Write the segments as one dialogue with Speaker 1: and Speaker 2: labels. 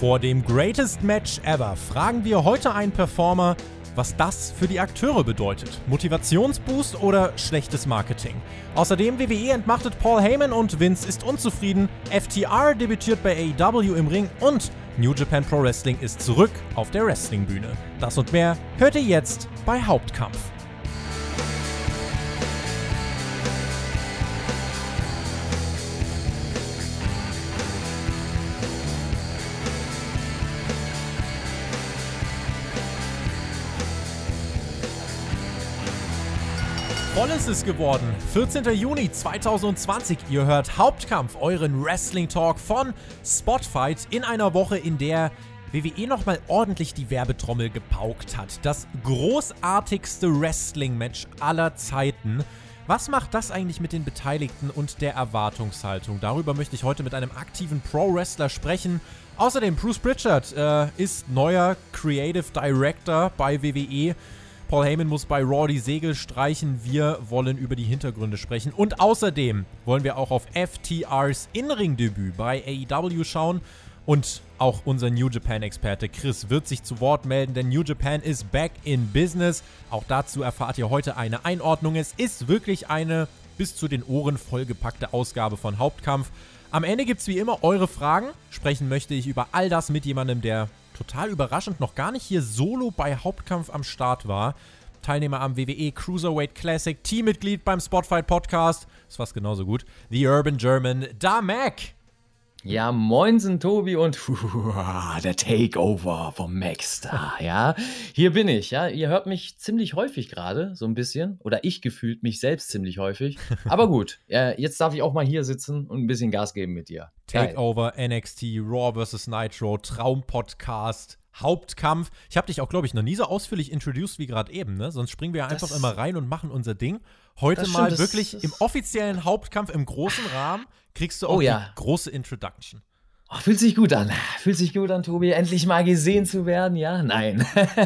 Speaker 1: Vor dem Greatest Match Ever fragen wir heute einen Performer, was das für die Akteure bedeutet. Motivationsboost oder schlechtes Marketing? Außerdem WWE entmachtet Paul Heyman und Vince ist unzufrieden. FTR debütiert bei AEW im Ring und New Japan Pro Wrestling ist zurück auf der Wrestlingbühne. Das und mehr hört ihr jetzt bei Hauptkampf. Voll ist es geworden. 14. Juni 2020. Ihr hört Hauptkampf, euren Wrestling-Talk von Spotfight in einer Woche, in der WWE nochmal ordentlich die Werbetrommel gepaukt hat. Das großartigste Wrestling-Match aller Zeiten. Was macht das eigentlich mit den Beteiligten und der Erwartungshaltung? Darüber möchte ich heute mit einem aktiven Pro-Wrestler sprechen. Außerdem, Bruce Pritchard ist neuer Creative Director bei WWE. Paul Heyman muss bei Raw die Segel streichen. Wir wollen über die Hintergründe sprechen. Und außerdem wollen wir auch auf FTRs In-Ring-Debüt bei AEW schauen. Und auch unser New Japan-Experte Chris wird sich zu Wort melden, denn New Japan is back in business. Auch dazu erfahrt ihr heute eine Einordnung. Es ist wirklich eine bis zu den Ohren vollgepackte Ausgabe von Hauptkampf. Am Ende gibt es wie immer eure Fragen. Sprechen möchte ich über all das mit jemandem, der total überraschend noch gar nicht hier solo bei Hauptkampf am Start war. Teilnehmer am WWE Cruiserweight Classic, Teammitglied beim Spotfight Podcast, ist fast genauso gut, The Urban German, Da Mac.
Speaker 2: Ja, moinsen Tobi und der Takeover vom Max da, ja. Hier bin ich, ja. Ihr hört mich ziemlich häufig gerade, so ein bisschen. Oder ich gefühlt mich selbst ziemlich häufig. Aber gut, jetzt darf ich auch mal hier sitzen und ein bisschen Gas geben mit dir.
Speaker 1: Takeover, NXT, Raw vs. Nitro, Traumpodcast, Hauptkampf. Ich habe dich auch, glaube ich, noch nie so ausführlich introduced wie gerade eben, ne? Sonst springen wir ja einfach immer rein und machen unser Ding. Heute mal wirklich im offiziellen Hauptkampf im großen Rahmen kriegst du auch die große Introduction.
Speaker 2: Oh, fühlt sich gut an, Tobi, endlich mal gesehen zu werden, ja? Nein.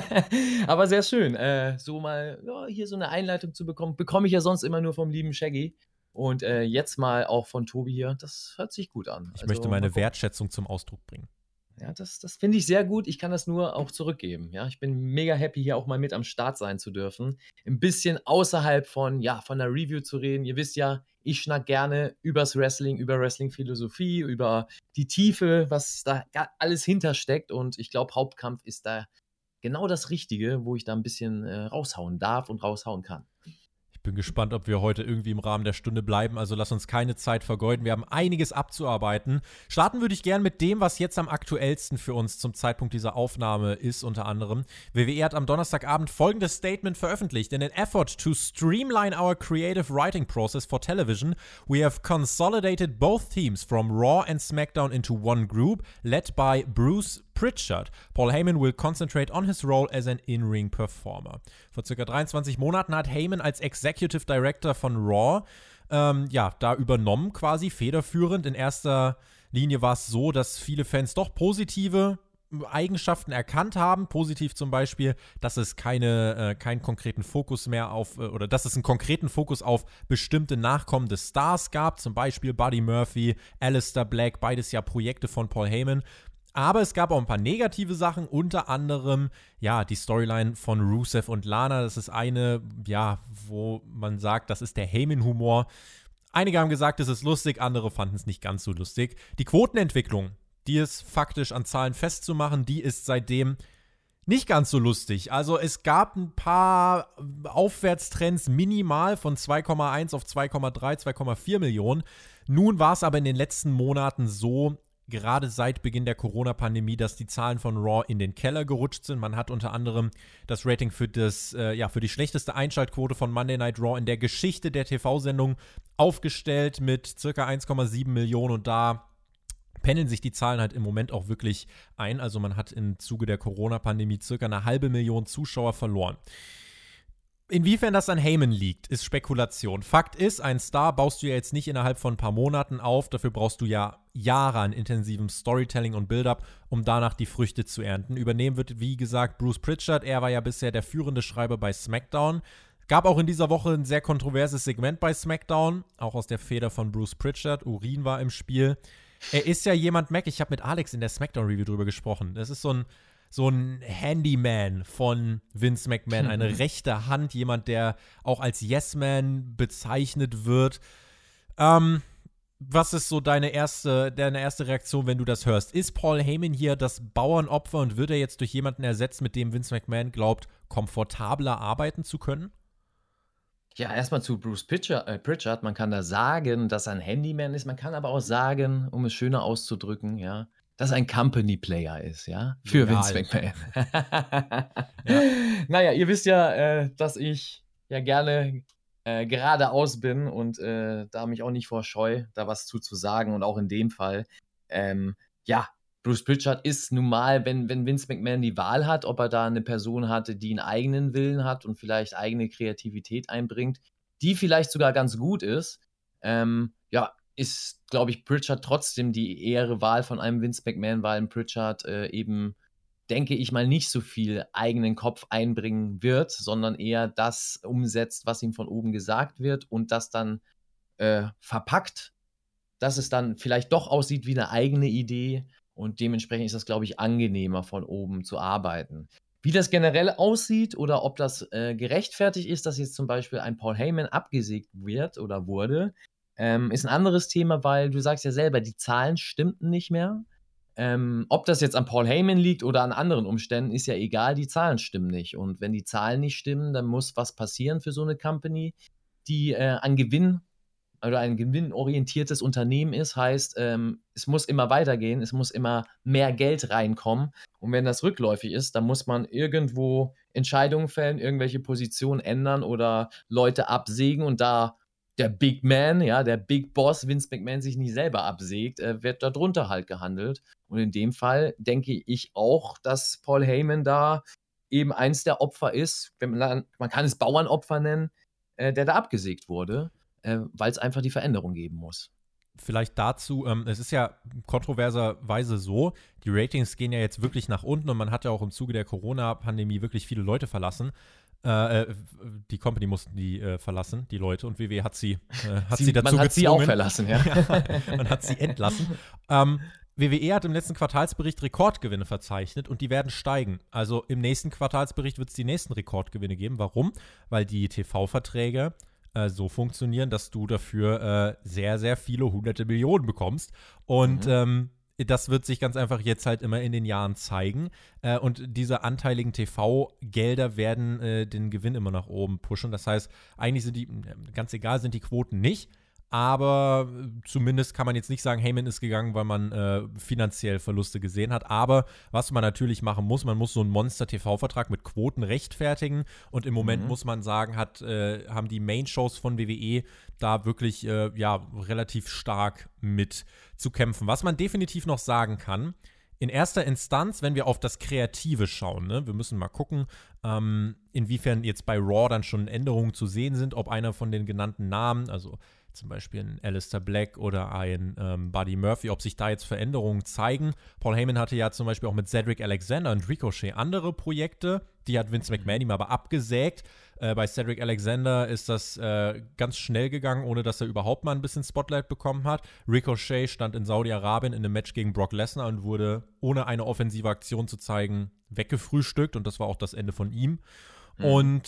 Speaker 2: Aber sehr schön, so mal hier so eine Einleitung zu bekomme ich ja sonst immer nur vom lieben Shaggy. Und jetzt mal auch von Tobi hier, das hört sich gut an.
Speaker 1: Ich möchte meine Wertschätzung zum Ausdruck bringen.
Speaker 2: Ja, das finde ich sehr gut. Ich kann das nur auch zurückgeben. Ja, ich bin mega happy, hier auch mal mit am Start sein zu dürfen. Ein bisschen außerhalb von der Review zu reden. Ihr wisst ja, ich schnack gerne übers Wrestling, über Wrestling-Philosophie, über die Tiefe, was da alles hintersteckt. Und ich glaube, Hauptkampf ist da genau das Richtige, wo ich da ein bisschen raushauen darf und raushauen kann.
Speaker 1: Ich bin gespannt, ob wir heute irgendwie im Rahmen der Stunde bleiben, also lass uns keine Zeit vergeuden. Wir haben einiges abzuarbeiten. Starten würde ich gern mit dem, was jetzt am aktuellsten für uns zum Zeitpunkt dieser Aufnahme ist, unter anderem. WWE hat am Donnerstagabend folgendes Statement veröffentlicht. In an effort to streamline our creative writing process for television, we have consolidated both teams from Raw and SmackDown into one group, led by Bruce Pritchard. Paul Heyman will concentrate on his role as an in-ring performer. Vor ca. 23 Monaten hat Heyman als Executive Director von Raw da übernommen, quasi federführend. In erster Linie war es so, dass viele Fans doch positive Eigenschaften erkannt haben. Positiv zum Beispiel, dass es keinen konkreten Fokus mehr dass es einen konkreten Fokus auf bestimmte nachkommende Stars gab. Zum Beispiel Buddy Murphy, Aleister Black, beides ja Projekte von Paul Heyman. Aber es gab auch ein paar negative Sachen, unter anderem, die Storyline von Rusev und Lana. Das ist eine, wo man sagt, das ist der Heyman-Humor. Einige haben gesagt, es ist lustig, andere fanden es nicht ganz so lustig. Die Quotenentwicklung, die ist faktisch an Zahlen festzumachen, die ist seitdem nicht ganz so lustig. Also es gab ein paar Aufwärtstrends minimal von 2,1 auf 2,3, 2,4 Millionen. Nun war es aber in den letzten Monaten so, gerade seit Beginn der Corona-Pandemie, dass die Zahlen von Raw in den Keller gerutscht sind. Man hat unter anderem das Rating für die schlechteste Einschaltquote von Monday Night Raw in der Geschichte der TV-Sendung aufgestellt mit ca. 1,7 Millionen und da pendeln sich die Zahlen halt im Moment auch wirklich ein. Also man hat im Zuge der Corona-Pandemie ca. 500.000 Zuschauer verloren. Inwiefern das an Heyman liegt, ist Spekulation. Fakt ist, einen Star baust du ja jetzt nicht innerhalb von ein paar Monaten auf. Dafür brauchst du ja Jahre an intensivem Storytelling und Build-up, um danach die Früchte zu ernten. Übernehmen wird, wie gesagt, Bruce Pritchard. Er war ja bisher der führende Schreiber bei SmackDown. Gab auch in dieser Woche ein sehr kontroverses Segment bei SmackDown, auch aus der Feder von Bruce Pritchard. Urin war im Spiel. Er ist ja jemand, Mac, ich habe mit Alex in der SmackDown-Review drüber gesprochen. Das ist so ein Handyman von Vince McMahon, eine rechte Hand, jemand, der auch als Yes-Man bezeichnet wird. Was ist so deine erste Reaktion, wenn du das hörst? Ist Paul Heyman hier das Bauernopfer und wird er jetzt durch jemanden ersetzt, mit dem Vince McMahon glaubt, komfortabler arbeiten zu können?
Speaker 2: Ja, erstmal zu Bruce Pritchard. Man kann da sagen, dass er ein Handyman ist. Man kann aber auch sagen, um es schöner auszudrücken, ja, dass er ein Company-Player ist, ja, für Vince McMahon. Ja. Naja, ihr wisst ja, dass ich ja gerne geradeaus bin und da mich auch nicht vorscheue, da was zu sagen. Und auch in dem Fall, ja, Bruce Pritchard ist nun mal, wenn Vince McMahon die Wahl hat, ob er da eine Person hatte, die einen eigenen Willen hat und vielleicht eigene Kreativität einbringt, die vielleicht sogar ganz gut ist, ja, ist, glaube ich, Pritchard trotzdem die ehere Wahl von einem Vince McMahon, weil Pritchard eben, denke ich mal, nicht so viel eigenen Kopf einbringen wird, sondern eher das umsetzt, was ihm von oben gesagt wird und das dann verpackt, dass es dann vielleicht doch aussieht wie eine eigene Idee. Und dementsprechend ist das, glaube ich, angenehmer, von oben zu arbeiten. Wie das generell aussieht oder ob das gerechtfertigt ist, dass jetzt zum Beispiel ein Paul Heyman abgesägt wird oder wurde, ist ein anderes Thema, weil du sagst ja selber, die Zahlen stimmten nicht mehr. Ob das jetzt an Paul Heyman liegt oder an anderen Umständen, ist ja egal, die Zahlen stimmen nicht. Und wenn die Zahlen nicht stimmen, dann muss was passieren für so eine Company, die an Gewinn oder ein gewinnorientiertes Unternehmen ist, heißt, es muss immer weitergehen, es muss immer mehr Geld reinkommen. Und wenn das rückläufig ist, dann muss man irgendwo Entscheidungen fällen, irgendwelche Positionen ändern oder Leute absägen. Und da der Big Man, ja, der Big Boss Vince McMahon sich nicht selber absägt, wird darunter halt gehandelt. Und in dem Fall denke ich auch, dass Paul Heyman da eben eins der Opfer ist, man kann es Bauernopfer nennen, der da abgesägt wurde, weil es einfach die Veränderung geben muss.
Speaker 1: Vielleicht dazu, es ist ja kontroverserweise so, die Ratings gehen ja jetzt wirklich nach unten und man hat ja auch im Zuge der Corona-Pandemie wirklich viele Leute verlassen. Die Company mussten die verlassen, die Leute, und WWE hat sie dazu gezwungen.
Speaker 2: Man hat sie auch verlassen, ja.
Speaker 1: Man hat sie entlassen. WWE hat im letzten Quartalsbericht Rekordgewinne verzeichnet und die werden steigen. Also im nächsten Quartalsbericht wird es die nächsten Rekordgewinne geben. Warum? Weil die TV-Verträge so funktionieren, dass du dafür sehr, sehr viele hunderte Millionen bekommst. Und das wird sich ganz einfach jetzt halt immer in den Jahren zeigen. Und diese anteiligen TV-Gelder werden den Gewinn immer nach oben pushen. Das heißt, eigentlich sind die, ganz egal sind die Quoten nicht, aber zumindest kann man jetzt nicht sagen, Heyman ist gegangen, weil man finanziell Verluste gesehen hat. Aber was man natürlich machen muss, man muss so einen Monster-TV-Vertrag mit Quoten rechtfertigen. Und im Moment muss man sagen, haben die Main-Shows von WWE da wirklich relativ stark mit zu kämpfen. Was man definitiv noch sagen kann, in erster Instanz, wenn wir auf das Kreative schauen, ne, wir müssen mal gucken, inwiefern jetzt bei Raw dann schon Änderungen zu sehen sind, ob einer von den genannten Namen, also zum Beispiel ein Aleister Black oder ein Buddy Murphy, ob sich da jetzt Veränderungen zeigen. Paul Heyman hatte ja zum Beispiel auch mit Cedric Alexander und Ricochet andere Projekte, die hat Vince McMahon ihm aber abgesägt. Bei Cedric Alexander ist das ganz schnell gegangen, ohne dass er überhaupt mal ein bisschen Spotlight bekommen hat. Ricochet stand in Saudi-Arabien in einem Match gegen Brock Lesnar und wurde, ohne eine offensive Aktion zu zeigen, weggefrühstückt, und das war auch das Ende von ihm. Und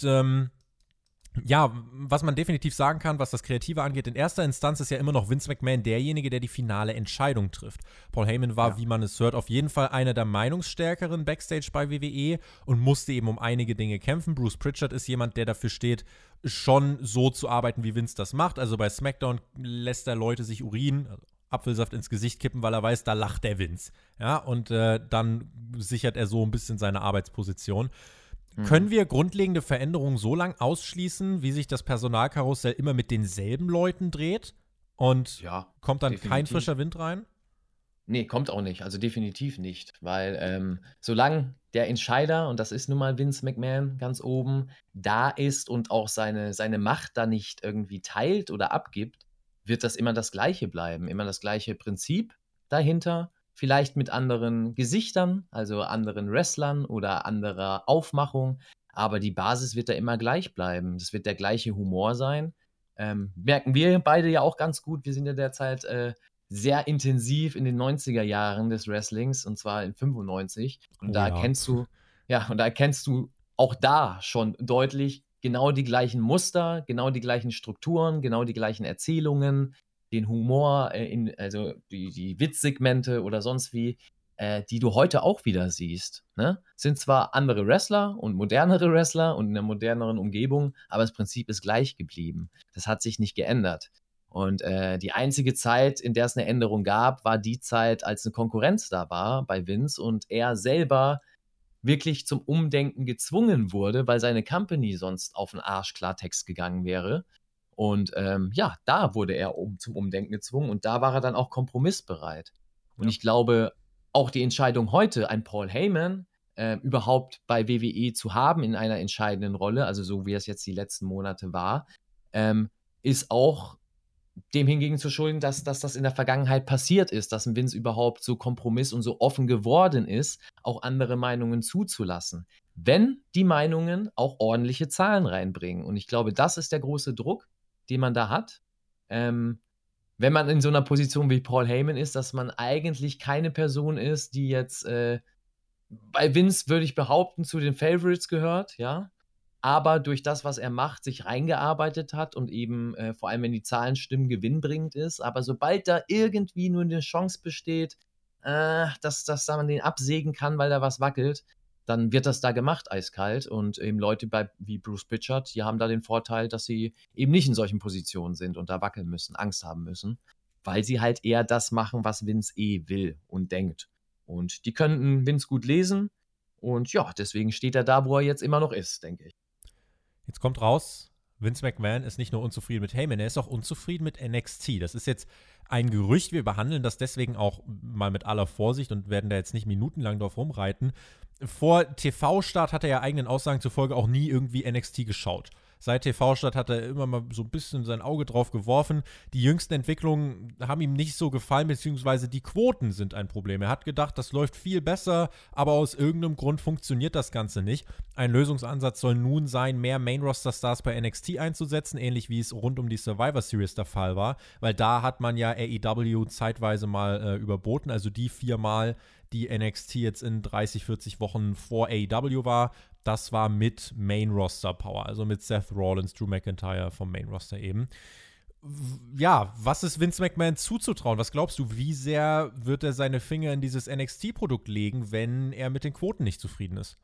Speaker 1: was man definitiv sagen kann, was das Kreative angeht, in erster Instanz ist ja immer noch Vince McMahon derjenige, der die finale Entscheidung trifft. Paul Heyman war, wie man es hört, auf jeden Fall einer der meinungsstärkeren Backstage bei WWE und musste eben um einige Dinge kämpfen. Bruce Pritchard ist jemand, der dafür steht, schon so zu arbeiten, wie Vince das macht. Also bei SmackDown lässt er Leute sich Urin, also Apfelsaft ins Gesicht kippen, weil er weiß, da lacht der Vince. Ja, und dann sichert er so ein bisschen seine Arbeitsposition. Können wir grundlegende Veränderungen so lang ausschließen, wie sich das Personalkarussell immer mit denselben Leuten dreht? Und kommt dann definitiv kein frischer Wind rein?
Speaker 2: Nee, kommt auch nicht. Also definitiv nicht. Weil solange der Entscheider, und das ist nun mal Vince McMahon ganz oben, da ist und auch seine Macht da nicht irgendwie teilt oder abgibt, wird das immer das Gleiche bleiben. Immer das gleiche Prinzip dahinter. Vielleicht mit anderen Gesichtern, also anderen Wrestlern oder anderer Aufmachung. Aber die Basis wird da immer gleich bleiben. Das wird der gleiche Humor sein. Merken wir beide ja auch ganz gut. Wir sind ja derzeit sehr intensiv in den 90er Jahren des Wrestlings, und zwar in 95. Und
Speaker 1: Oh
Speaker 2: da
Speaker 1: ja.
Speaker 2: erkennst du, ja, und da erkennst du auch da schon deutlich genau die gleichen Muster, genau die gleichen Strukturen, genau die gleichen Erzählungen, den Humor, also die Witzsegmente oder sonst wie, die du heute auch wieder siehst. Ne? Sind zwar andere Wrestler und modernere Wrestler und in einer moderneren Umgebung, aber das Prinzip ist gleich geblieben. Das hat sich nicht geändert. Und die einzige Zeit, in der es eine Änderung gab, war die Zeit, als eine Konkurrenz da war bei Vince und er selber wirklich zum Umdenken gezwungen wurde, weil seine Company sonst auf den Arsch Klartext gegangen wäre. Und ja, da wurde er zum Umdenken gezwungen und da war er dann auch kompromissbereit. Und
Speaker 1: Ja.
Speaker 2: ich glaube, auch die Entscheidung heute, einen Paul Heyman überhaupt bei WWE zu haben in einer entscheidenden Rolle, also so wie es jetzt die letzten Monate war, ist auch dem hingegen zu schulden, dass das in der Vergangenheit passiert ist, dass ein Vince überhaupt so Kompromiss und so offen geworden ist, auch andere Meinungen zuzulassen. Wenn die Meinungen auch ordentliche Zahlen reinbringen. Und ich glaube, das ist der große Druck, den man da hat. Wenn man in so einer Position wie Paul Heyman ist, dass man eigentlich keine Person ist, die jetzt bei Vince, würde ich behaupten, zu den Favorites gehört, ja, aber durch das, was er macht, sich reingearbeitet hat und eben, vor allem wenn die Zahlen stimmen, gewinnbringend ist. Aber sobald da irgendwie nur eine Chance besteht, dass da man den absägen kann, weil da was wackelt, dann wird das da gemacht, eiskalt. Und eben Leute wie Bruce Pritchard, die haben da den Vorteil, dass sie eben nicht in solchen Positionen sind und da wackeln müssen, Angst haben müssen, weil sie halt eher das machen, was Vince will und denkt. Und die könnten Vince gut lesen. Und ja, deswegen steht er da, wo er jetzt immer noch ist, denke ich.
Speaker 1: Jetzt kommt raus, Vince McMahon ist nicht nur unzufrieden mit Heyman, er ist auch unzufrieden mit NXT. Das ist jetzt ein Gerücht, wir behandeln das deswegen auch mal mit aller Vorsicht und werden da jetzt nicht minutenlang drauf rumreiten. Vor TV-Start hat er ja eigenen Aussagen zufolge auch nie irgendwie NXT geschaut. Seit TV-Start hat er immer mal so ein bisschen sein Auge drauf geworfen. Die jüngsten Entwicklungen haben ihm nicht so gefallen, beziehungsweise die Quoten sind ein Problem. Er hat gedacht, das läuft viel besser, aber aus irgendeinem Grund funktioniert das Ganze nicht. Ein Lösungsansatz soll nun sein, mehr Main-Roster-Stars bei NXT einzusetzen, ähnlich wie es rund um die Survivor Series der Fall war, weil da hat man ja AEW zeitweise mal überboten, also die 4 Mal, die NXT jetzt in 30, 40 Wochen vor AEW war, das war mit Main-Roster-Power, also mit Seth Rollins, Drew McIntyre vom Main-Roster eben. Ja, was ist Vince McMahon zuzutrauen? Was glaubst du, wie sehr wird er seine Finger in dieses NXT-Produkt legen, wenn er mit den Quoten nicht zufrieden ist?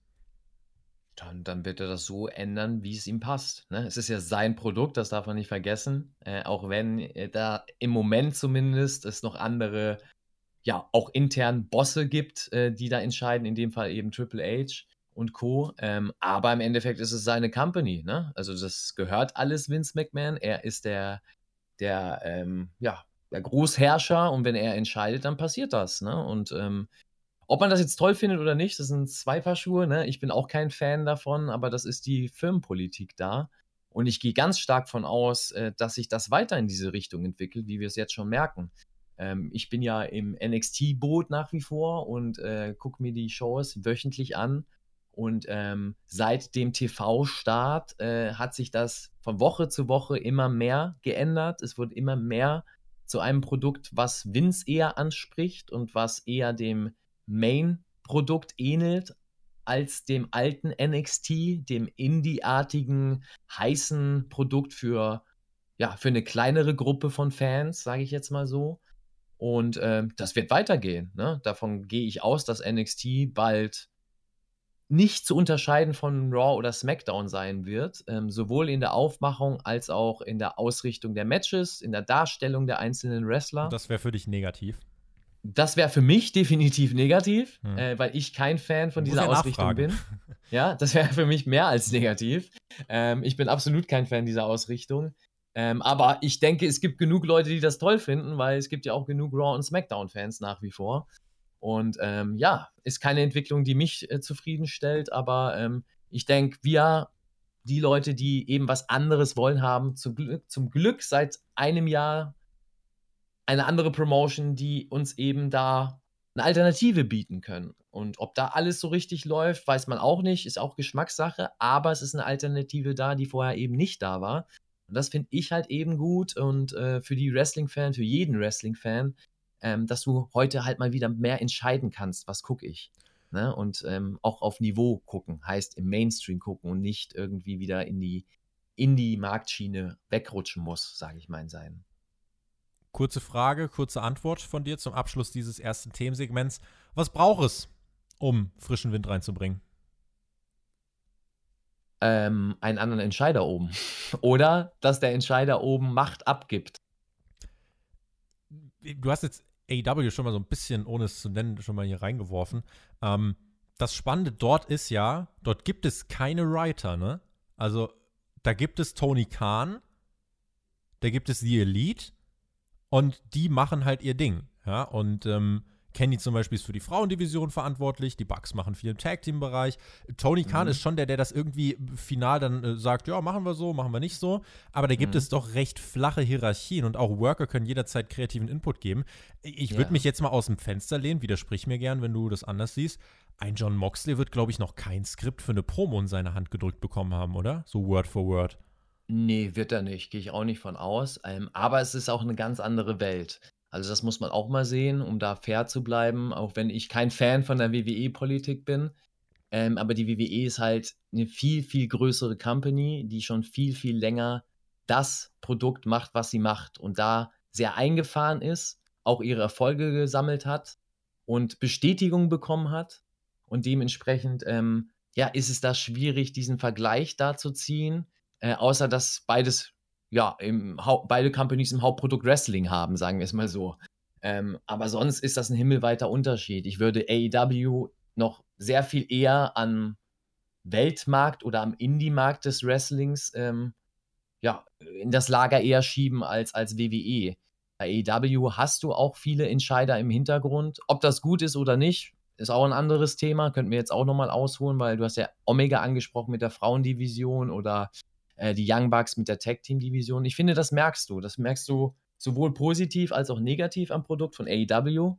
Speaker 2: Dann wird er das so ändern, wie es ihm passt. Ne? Es ist ja sein Produkt, das darf man nicht vergessen. Auch wenn da im Moment zumindest es noch andere, ja, auch intern Bosse gibt, die da entscheiden, in dem Fall eben Triple H und Co. Aber im Endeffekt ist es seine Company. Ne? Also das gehört alles Vince McMahon. Er ist ja, der Großherrscher und wenn er entscheidet, dann passiert das. Ne? Und ob man das jetzt toll findet oder nicht, das sind zwei Paar Schuhe. Ne? Ich bin auch kein Fan davon, aber das ist die Firmenpolitik da. Und ich gehe ganz stark von aus, dass sich das weiter in diese Richtung entwickelt, wie wir es jetzt schon merken. Ich bin ja im NXT-Boot nach wie vor und gucke mir die Shows wöchentlich an. Und seit dem TV-Start hat sich das von Woche zu Woche immer mehr geändert. Es wird immer mehr zu einem Produkt, was Vince eher anspricht und was eher dem Main-Produkt ähnelt als dem alten NXT, dem Indie-artigen, heißen Produkt für eine kleinere Gruppe von Fans, sage ich jetzt mal so. Und das wird weitergehen. Ne? Davon gehe ich aus, dass NXT bald nicht zu unterscheiden von Raw oder SmackDown sein wird, sowohl in der Aufmachung als auch in der Ausrichtung der Matches, in der Darstellung der einzelnen
Speaker 1: Und
Speaker 2: Wrestler.
Speaker 1: das wäre für dich negativ.
Speaker 2: Das wäre für mich definitiv negativ, weil ich kein Fan von
Speaker 1: Muss
Speaker 2: dieser
Speaker 1: ja
Speaker 2: Ausrichtung
Speaker 1: nachfragen.
Speaker 2: bin. Ja, das wäre für mich mehr als negativ. Ich bin absolut kein Fan dieser Ausrichtung. Aber ich denke, es gibt genug Leute, die das toll finden, weil es gibt ja auch genug Raw- und SmackDown-Fans nach wie vor. Und ja, ist keine Entwicklung, die mich zufriedenstellt, aber ich denke, wir, die Leute, die eben was anderes wollen, haben zum Glück seit einem Jahr eine andere Promotion, die uns eben da eine Alternative bieten können. Und ob da alles so richtig läuft, weiß man auch nicht, ist auch Geschmackssache, aber es ist eine Alternative da, die vorher eben nicht da war. Und das finde ich halt eben gut und für die Wrestling-Fan, für jeden Wrestling-Fan dass du heute halt mal wieder mehr entscheiden kannst, was gucke ich. Ne? Und auch auf Niveau gucken, heißt im Mainstream gucken und nicht irgendwie wieder in die Marktschiene wegrutschen muss, sage ich mal in seinen.
Speaker 1: Kurze Frage, kurze Antwort von dir zum Abschluss dieses ersten Themensegments. Was braucht es, um frischen Wind reinzubringen?
Speaker 2: Einen anderen Entscheider oben. Oder dass der Entscheider oben Macht abgibt.
Speaker 1: Du hast jetzt AEW schon mal so ein bisschen, ohne es zu nennen, schon mal hier reingeworfen. Das Spannende dort ist ja, dort gibt es keine Writer, ne? Also, da gibt es Tony Khan, da gibt es The Elite und die machen halt ihr Ding, ja? Und Kenny zum Beispiel ist für die Frauendivision verantwortlich, die Bucks machen viel im Tag-Team-Bereich. Tony Khan ist schon der das irgendwie final dann sagt, ja, machen wir so, machen wir nicht so. Aber da gibt es doch recht flache Hierarchien und auch Worker können jederzeit kreativen Input geben. Ich würde mich jetzt mal aus dem Fenster lehnen, widersprich mir gern, wenn du das anders siehst. Ein John Moxley wird, glaube ich, noch kein Skript für eine Promo in seine Hand gedrückt bekommen haben, oder? So Word for Word.
Speaker 2: Nee, wird er nicht, gehe ich auch nicht von aus. Aber es ist auch eine ganz andere Welt. Also das muss man auch mal sehen, um da fair zu bleiben, auch wenn ich kein Fan von der WWE-Politik bin. Aber die WWE ist halt eine viel, viel größere Company, die schon viel, viel länger das Produkt macht, was sie macht und da sehr eingefahren ist, auch ihre Erfolge gesammelt hat und Bestätigung bekommen hat. Und dementsprechend, ist es da schwierig, diesen Vergleich da zu ziehen, außer dass beides, beide Companies im Hauptprodukt Wrestling haben, sagen wir es mal so. Aber sonst ist das ein himmelweiter Unterschied. Ich würde AEW noch sehr viel eher am Weltmarkt oder am Indie-Markt des Wrestlings in das Lager eher schieben als WWE. Bei AEW hast du auch viele Entscheider im Hintergrund. Ob das gut ist oder nicht, ist auch ein anderes Thema. Könnten wir jetzt auch nochmal ausholen, weil du hast ja Omega angesprochen mit der Frauendivision oder die Young Bucks mit der Tag-Team-Division. Ich finde, das merkst du. Das merkst du sowohl positiv als auch negativ am Produkt von AEW,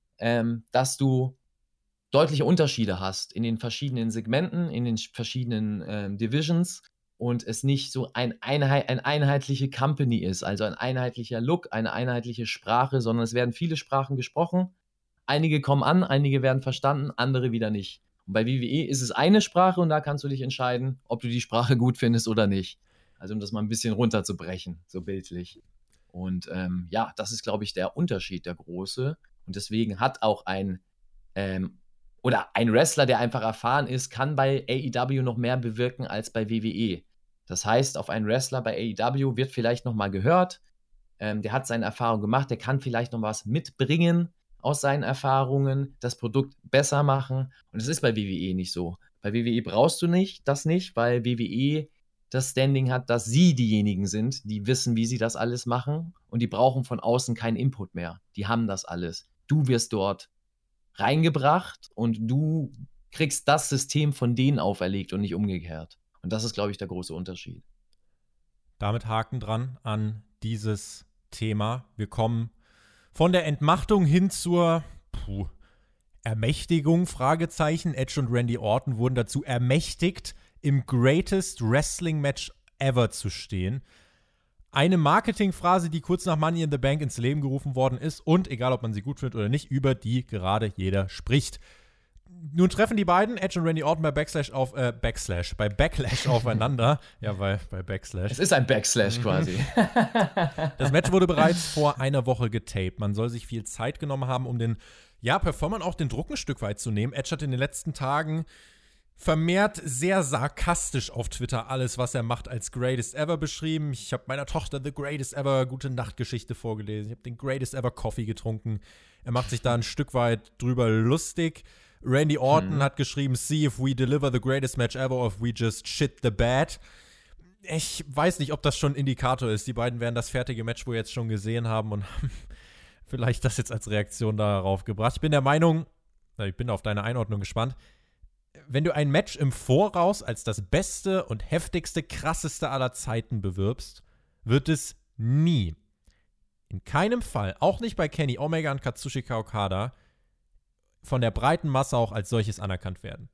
Speaker 2: dass du deutliche Unterschiede hast in den verschiedenen Segmenten, in den verschiedenen Divisions und es nicht so ein einheitliche Company ist, also ein einheitlicher Look, eine einheitliche Sprache, sondern es werden viele Sprachen gesprochen. Einige kommen an, einige werden verstanden, andere wieder nicht. Und bei WWE ist es eine Sprache und da kannst du dich entscheiden, ob du die Sprache gut findest oder nicht. Also um das mal ein bisschen runterzubrechen, so bildlich. Und das ist, glaube ich, der Unterschied, der große. Und deswegen hat auch ein Wrestler, der einfach erfahren ist, kann bei AEW noch mehr bewirken als bei WWE. Das heißt, auf einen Wrestler bei AEW wird vielleicht noch mal gehört, der hat seine Erfahrung gemacht, der kann vielleicht noch was mitbringen aus seinen Erfahrungen, das Produkt besser machen. Und es ist bei WWE nicht so. Bei WWE brauchst du das nicht, weil WWE das Standing hat, dass sie diejenigen sind, die wissen, wie sie das alles machen und die brauchen von außen keinen Input mehr. Die haben das alles. Du wirst dort reingebracht und du kriegst das System von denen auferlegt und nicht umgekehrt. Und das ist, glaube ich, der große Unterschied.
Speaker 1: Damit Haken dran an dieses Thema. Wir kommen von der Entmachtung hin zur Ermächtigung, Fragezeichen. Edge und Randy Orton wurden dazu ermächtigt, im Greatest Wrestling Match ever zu stehen. Eine Marketingphrase, die kurz nach Money in the Bank ins Leben gerufen worden ist und, egal ob man sie gut findet oder nicht, über die gerade jeder spricht. Nun treffen die beiden, Edge und Randy Orton, bei Backlash aufeinander. Ja, weil bei Backslash.
Speaker 2: Es ist ein Backslash quasi.
Speaker 1: Das Match wurde bereits vor einer Woche getaped. Man soll sich viel Zeit genommen haben, um den Performern auch den Druck ein Stück weit zu nehmen. Edge hat in den letzten Tagen vermehrt sehr sarkastisch auf Twitter alles, was er macht, als Greatest Ever beschrieben. Ich habe meiner Tochter The Greatest Ever Gute Nacht-Geschichte vorgelesen. Ich habe den Greatest Ever Coffee getrunken. Er macht sich da ein Stück weit drüber lustig. Randy Orton hat geschrieben, see if we deliver the greatest match ever or if we just shit the bed. Ich weiß nicht, ob das schon ein Indikator ist. Die beiden werden das fertige Match wohl jetzt schon gesehen haben und haben vielleicht das jetzt als Reaktion darauf gebracht. Ich bin der Meinung, ich bin auf deine Einordnung gespannt, wenn du ein Match im Voraus als das beste und heftigste, krasseste aller Zeiten bewirbst, wird es nie, in keinem Fall, auch nicht bei Kenny Omega und Katsushika Okada, von der breiten Masse auch als solches anerkannt werden.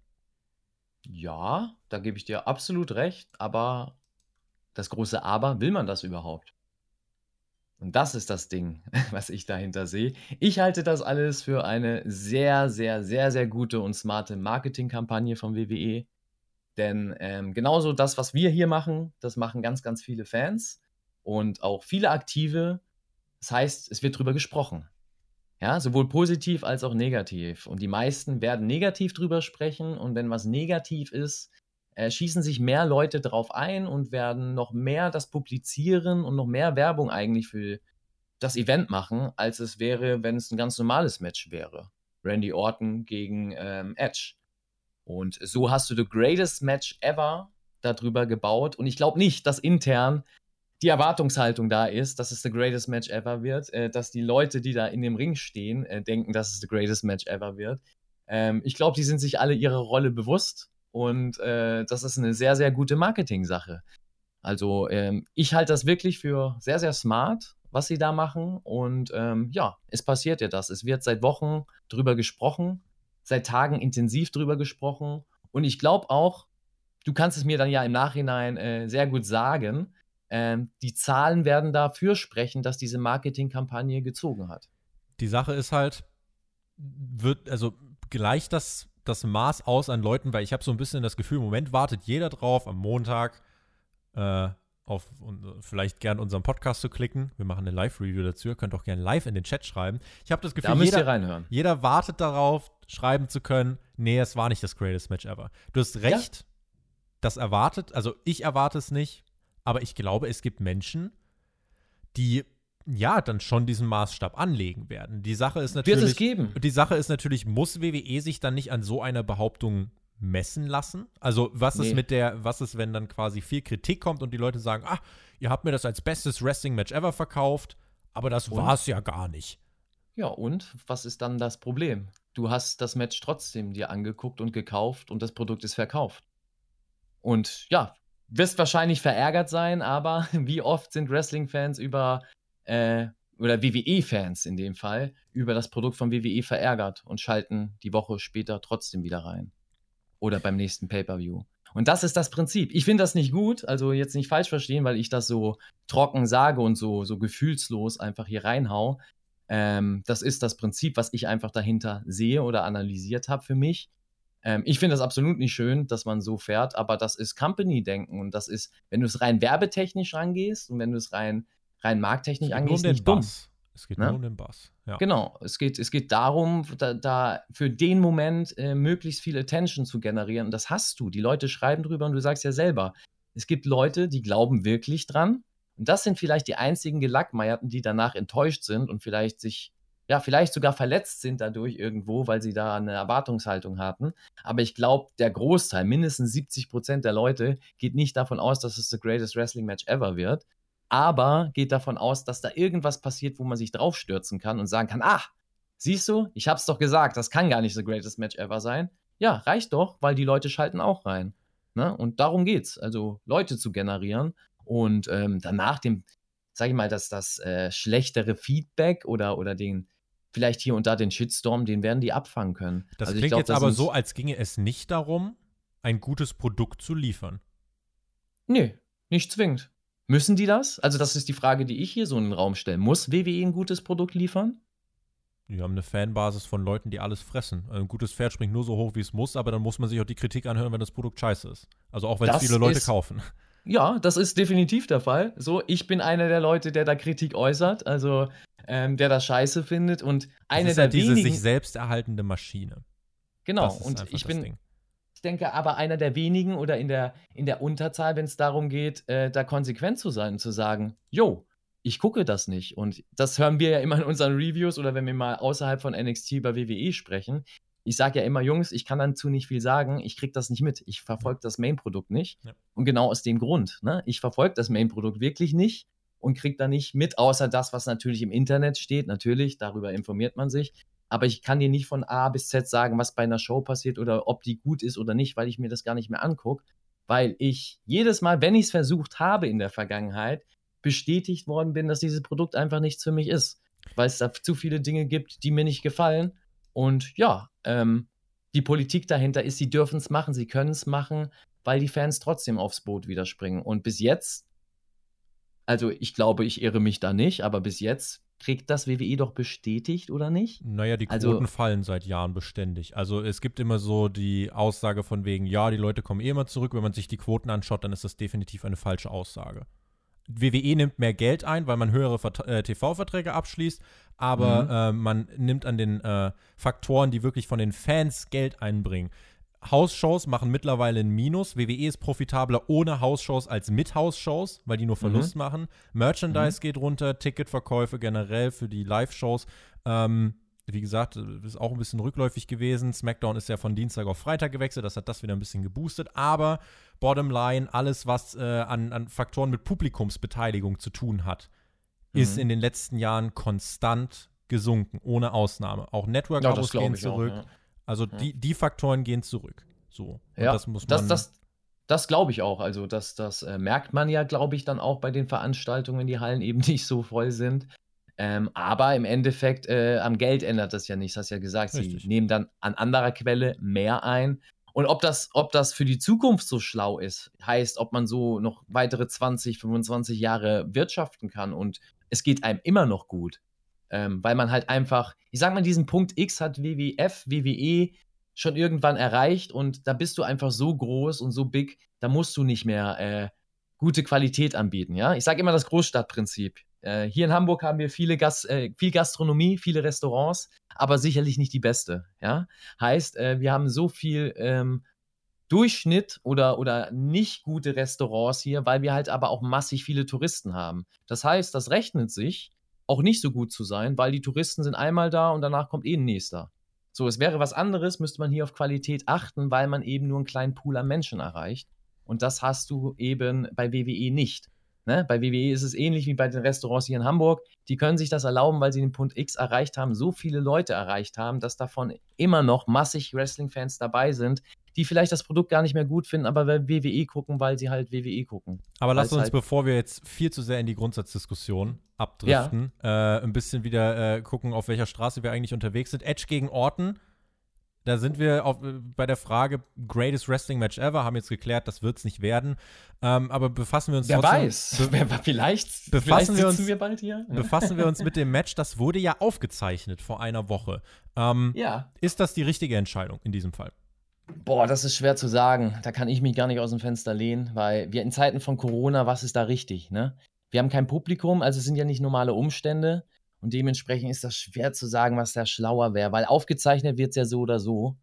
Speaker 2: Ja, da gebe ich dir absolut recht, aber das große Aber, will man das überhaupt? Und das ist das Ding, was ich dahinter sehe. Ich halte das alles für eine sehr, sehr, sehr, sehr gute und smarte Marketingkampagne von WWE. Denn genauso das, was wir hier machen, das machen ganz, ganz viele Fans und auch viele Aktive. Das heißt, es wird drüber gesprochen. Ja, sowohl positiv als auch negativ. Und die meisten werden negativ drüber sprechen. Und wenn was negativ ist, schießen sich mehr Leute drauf ein und werden noch mehr das publizieren und noch mehr Werbung eigentlich für das Event machen, als es wäre, wenn es ein ganz normales Match wäre. Randy Orton gegen Edge. Und so hast du the greatest match ever darüber gebaut. Und ich glaube nicht, dass intern die Erwartungshaltung da ist, dass es the greatest match ever wird, dass die Leute, die da in dem Ring stehen, denken, dass es the greatest match ever wird. Ich glaube, die sind sich alle ihrer Rolle bewusst und das ist eine sehr, sehr gute Marketing-Sache. Also ich halte das wirklich für sehr, sehr smart, was sie da machen und ja, es passiert ja das. Es wird seit Wochen drüber gesprochen, seit Tagen intensiv drüber gesprochen und ich glaube auch, du kannst es mir dann ja im Nachhinein sehr gut sagen, die Zahlen werden dafür sprechen, dass diese Marketingkampagne gezogen hat.
Speaker 1: Die Sache ist halt, gleicht das Maß aus an Leuten, weil ich habe so ein bisschen das Gefühl, im Moment wartet jeder drauf, am Montag vielleicht gern unseren Podcast zu klicken. Wir machen eine Live-Review dazu. Ihr könnt auch gerne live in den Chat schreiben. Ich habe das Gefühl,
Speaker 2: da müsst ihr reinhören.
Speaker 1: Jeder wartet darauf, schreiben zu können, nee, es war nicht das greatest Match ever. Du hast recht, ja. Ich erwarte es nicht, aber ich glaube, es gibt Menschen, die ja dann schon diesen Maßstab anlegen werden. Die Sache ist natürlich,
Speaker 2: wird es geben.
Speaker 1: Die Sache ist natürlich, muss WWE sich dann nicht an so einer Behauptung messen lassen? Also was ist wenn dann quasi viel Kritik kommt und die Leute sagen, ihr habt mir das als bestes Wrestling-Match ever verkauft, aber das war es ja gar nicht.
Speaker 2: Ja, und was ist dann das Problem? Du hast das Match trotzdem dir angeguckt und gekauft und das Produkt ist verkauft. Und ja, wirst wahrscheinlich verärgert sein, aber wie oft sind Wrestling-Fans oder WWE-Fans in dem Fall, über das Produkt von WWE verärgert und schalten die Woche später trotzdem wieder rein. Oder beim nächsten Pay-Per-View. Und das ist das Prinzip. Ich finde das nicht gut, also jetzt nicht falsch verstehen, weil ich das so trocken sage und so gefühlslos einfach hier reinhau. Das ist das Prinzip, was ich einfach dahinter sehe oder analysiert habe für mich. Ich finde das absolut nicht schön, dass man so fährt, aber das ist Company-Denken und das ist, wenn du es rein werbetechnisch rangehst und wenn du es rein markttechnisch angehst, nicht dumm.
Speaker 1: Es geht nur um den Bass. Ja.
Speaker 2: Genau, es geht darum, da für den Moment möglichst viel Attention zu generieren. Und das hast du. Die Leute schreiben drüber und du sagst ja selber, es gibt Leute, die glauben wirklich dran. Und das sind vielleicht die einzigen Gelackmeierten, die danach enttäuscht sind und vielleicht sogar verletzt sind dadurch irgendwo, weil sie da eine Erwartungshaltung hatten. Aber ich glaube, der Großteil, mindestens 70% der Leute, geht nicht davon aus, dass es the greatest wrestling match ever wird. Aber geht davon aus, dass da irgendwas passiert, wo man sich draufstürzen kann und sagen kann, siehst du, ich hab's doch gesagt, das kann gar nicht the greatest match ever sein. Ja, reicht doch, weil die Leute schalten auch rein. Ne? Und darum geht's, also Leute zu generieren und danach sag ich mal, dass das schlechtere Feedback oder den vielleicht hier und da den Shitstorm, den werden die abfangen können.
Speaker 1: Das klingt jetzt aber so, als ginge es nicht darum, ein gutes Produkt zu liefern.
Speaker 2: Nee, nicht zwingend. Müssen die das? Also das ist die Frage, die ich hier so in den Raum stelle. Muss WWE ein gutes Produkt liefern?
Speaker 1: Die haben eine Fanbasis von Leuten, die alles fressen. Ein gutes Pferd springt nur so hoch, wie es muss, aber dann muss man sich auch die Kritik anhören, wenn das Produkt scheiße ist. Also auch, wenn es viele Leute kaufen.
Speaker 2: Ja, das ist definitiv der Fall. So, ich bin einer der Leute, der da Kritik äußert, also der das scheiße findet und eine der wenigen...
Speaker 1: diese sich selbst erhaltende Maschine.
Speaker 2: Genau, und ich denke aber einer der wenigen oder in der Unterzahl, wenn es darum geht, da konsequent zu sein und zu sagen, ich gucke das nicht. Und das hören wir ja immer in unseren Reviews oder wenn wir mal außerhalb von NXT über WWE sprechen. Ich sage ja immer, Jungs, ich kann dazu nicht viel sagen, ich kriege das nicht mit. Ich verfolge das Main-Produkt nicht. Ja. Und genau aus dem Grund, ne? Ich verfolge das Main-Produkt wirklich nicht und kriege da nicht mit, außer das, was natürlich im Internet steht. Natürlich, darüber informiert man sich. Aber ich kann dir nicht von A bis Z sagen, was bei einer Show passiert oder ob die gut ist oder nicht, weil ich mir das gar nicht mehr angucke. Weil ich jedes Mal, wenn ich es versucht habe in der Vergangenheit, bestätigt worden bin, dass dieses Produkt einfach nichts für mich ist. Weil es da zu viele Dinge gibt, die mir nicht gefallen. Und ja, die Politik dahinter ist, sie dürfen es machen, sie können es machen, weil die Fans trotzdem aufs Boot wieder springen. Und bis jetzt Also, ich glaube, ich irre mich da nicht, aber bis jetzt kriegt das WWE doch bestätigt, oder nicht?
Speaker 1: Naja, die
Speaker 2: Also
Speaker 1: Quoten fallen seit Jahren beständig. Also es gibt immer so die Aussage von wegen, ja, die Leute kommen eh immer zurück. Wenn man sich die Quoten anschaut, dann ist das definitiv eine falsche Aussage. WWE nimmt mehr Geld ein, weil man höhere TV-Verträge abschließt, aber man nimmt an den Faktoren, die wirklich von den Fans Geld einbringen. Hausshows machen mittlerweile ein Minus. WWE ist profitabler ohne Hausshows als mit Hausshows, weil die nur Verlust machen. Merchandise geht runter, Ticketverkäufe generell für die Live-Shows. Wie gesagt, ist auch ein bisschen rückläufig gewesen. SmackDown ist ja von Dienstag auf Freitag gewechselt, das hat das wieder ein bisschen geboostet. Aber bottom line, alles, was an Faktoren mit Publikumsbeteiligung zu tun hat, ist in den letzten Jahren konstant gesunken, ohne Ausnahme. Auch Network-Abos gehen zurück.
Speaker 2: Auch, ja.
Speaker 1: Also die Faktoren gehen zurück. So. Und
Speaker 2: ja,
Speaker 1: das muss man.
Speaker 2: Das glaube ich auch. Also das merkt man ja, glaube ich, dann auch bei den Veranstaltungen, wenn die Hallen eben nicht so voll sind. Aber im Endeffekt am Geld ändert das ja nichts. Du hast ja gesagt,
Speaker 1: Richtig.
Speaker 2: Sie nehmen dann an anderer Quelle mehr ein. Und ob das für die Zukunft so schlau ist, heißt, ob man so noch weitere 20, 25 Jahre wirtschaften kann und es geht einem immer noch gut. Weil man halt einfach, ich sag mal, diesen Punkt X hat WWE schon irgendwann erreicht und da bist du einfach so groß und so big, da musst du nicht mehr gute Qualität anbieten, ja? Ich sage immer das Großstadtprinzip. Hier in Hamburg haben wir viel Gastronomie, viele Restaurants, aber sicherlich nicht die beste, ja? Heißt, wir haben so viel Durchschnitt oder nicht gute Restaurants hier, weil wir halt aber auch massig viele Touristen haben. Das heißt, das rechnet sich, auch nicht so gut zu sein, weil die Touristen sind einmal da und danach kommt ein nächster. So, es wäre was anderes, müsste man hier auf Qualität achten, weil man eben nur einen kleinen Pool an Menschen erreicht. Und das hast du eben bei WWE nicht. Ne? Bei WWE ist es ähnlich wie bei den Restaurants hier in Hamburg. Die können sich das erlauben, weil sie den Punkt X erreicht haben, so viele Leute erreicht haben, dass davon immer noch massig Wrestling-Fans dabei sind, die vielleicht das Produkt gar nicht mehr gut finden, aber bei WWE gucken, weil sie halt WWE gucken.
Speaker 1: Aber lass uns, bevor wir jetzt viel zu sehr in die Grundsatzdiskussion abdriften, ein bisschen wieder gucken, auf welcher Straße wir eigentlich unterwegs sind. Edge gegen Orton. Da sind wir bei der Frage Greatest Wrestling Match Ever, haben jetzt geklärt, das wird es nicht werden. Aber befassen wir uns
Speaker 2: Wer weiß, vielleicht sitzen wir bald hier.
Speaker 1: Befassen wir uns mit dem Match, das wurde ja aufgezeichnet vor einer Woche. Ist das die richtige Entscheidung in diesem Fall?
Speaker 2: Boah, das ist schwer zu sagen. Da kann ich mich gar nicht aus dem Fenster lehnen, weil wir in Zeiten von Corona, was ist da richtig, ne? Wir haben kein Publikum, also es sind ja nicht normale Umstände. Und dementsprechend ist das schwer zu sagen, was da schlauer wäre, weil aufgezeichnet wird es ja so oder so.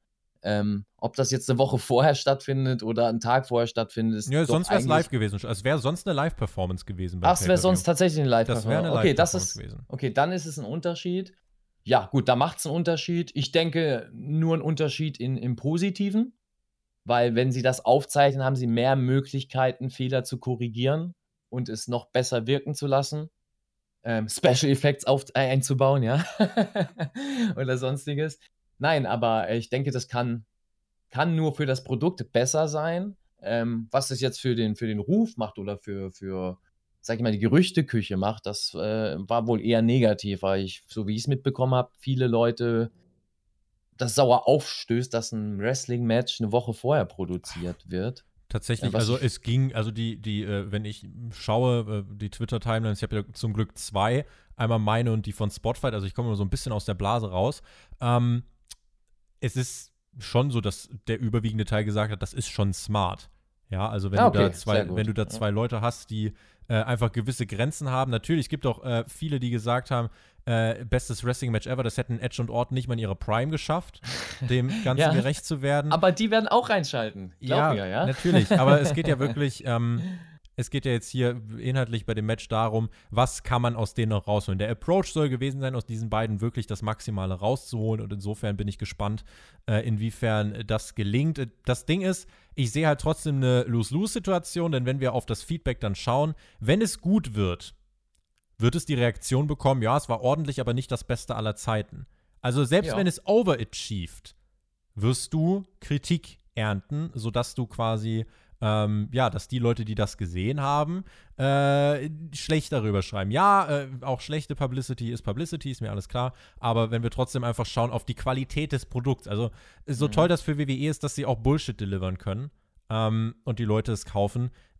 Speaker 2: Ob das jetzt eine Woche vorher stattfindet oder einen Tag vorher stattfindet, ist
Speaker 1: ja, sonst wäre es live gewesen. Es wäre sonst eine Live-Performance gewesen.
Speaker 2: Ach, es wäre sonst tatsächlich eine Live-Performance.
Speaker 1: Das wäre eine Live-Performance gewesen.
Speaker 2: Okay, dann ist es ein Unterschied. Ja, gut, da macht es einen Unterschied. Ich denke, nur einen Unterschied im Positiven, weil wenn sie das aufzeichnen, haben sie mehr Möglichkeiten, Fehler zu korrigieren und es noch besser wirken zu lassen. Special Effects einzubauen, ja, oder sonstiges. Nein, aber ich denke, das kann nur für das Produkt besser sein. Was es jetzt für den Ruf macht oder für sag ich mal, die Gerüchteküche macht, das war wohl eher negativ, weil so wie ich es mitbekommen habe, viele Leute das sauer aufstößt, dass ein Wrestling-Match eine Woche vorher produziert wird.
Speaker 1: Tatsächlich, also es ging, also wenn ich schaue, die Twitter-Timelines, ich habe ja zum Glück zwei, einmal meine und die von Spotfight, also ich komme immer so ein bisschen aus der Blase raus. Es ist schon so, dass der überwiegende Teil gesagt hat, das ist schon smart. Ja, also wenn du da zwei Leute hast, die einfach gewisse Grenzen haben. Natürlich, es gibt auch viele, die gesagt haben, bestes Wrestling-Match ever, das hätten Edge und Orton nicht mal in ihrer Prime geschafft, dem Ganzen gerecht zu werden.
Speaker 2: Aber die werden auch reinschalten, glaub mir, ja?
Speaker 1: Natürlich, aber es geht ja wirklich, es geht ja jetzt hier inhaltlich bei dem Match darum, was kann man aus denen noch rausholen. Der Approach soll gewesen sein, aus diesen beiden wirklich das Maximale rauszuholen und insofern bin ich gespannt, inwiefern das gelingt. Das Ding ist, ich sehe halt trotzdem eine Lose-Lose-Situation, denn wenn wir auf das Feedback dann schauen, wenn es gut wird es die Reaktion bekommen, ja, es war ordentlich, aber nicht das Beste aller Zeiten. Also selbst wenn es overachieved, wirst du Kritik ernten, sodass du quasi dass die Leute, die das gesehen haben, schlecht darüber schreiben. Ja, auch schlechte Publicity, ist mir alles klar, aber wenn wir trotzdem einfach schauen auf die Qualität des Produkts, also so toll das für WWE ist, dass sie auch Bullshit delivern können und die Leute es kaufen,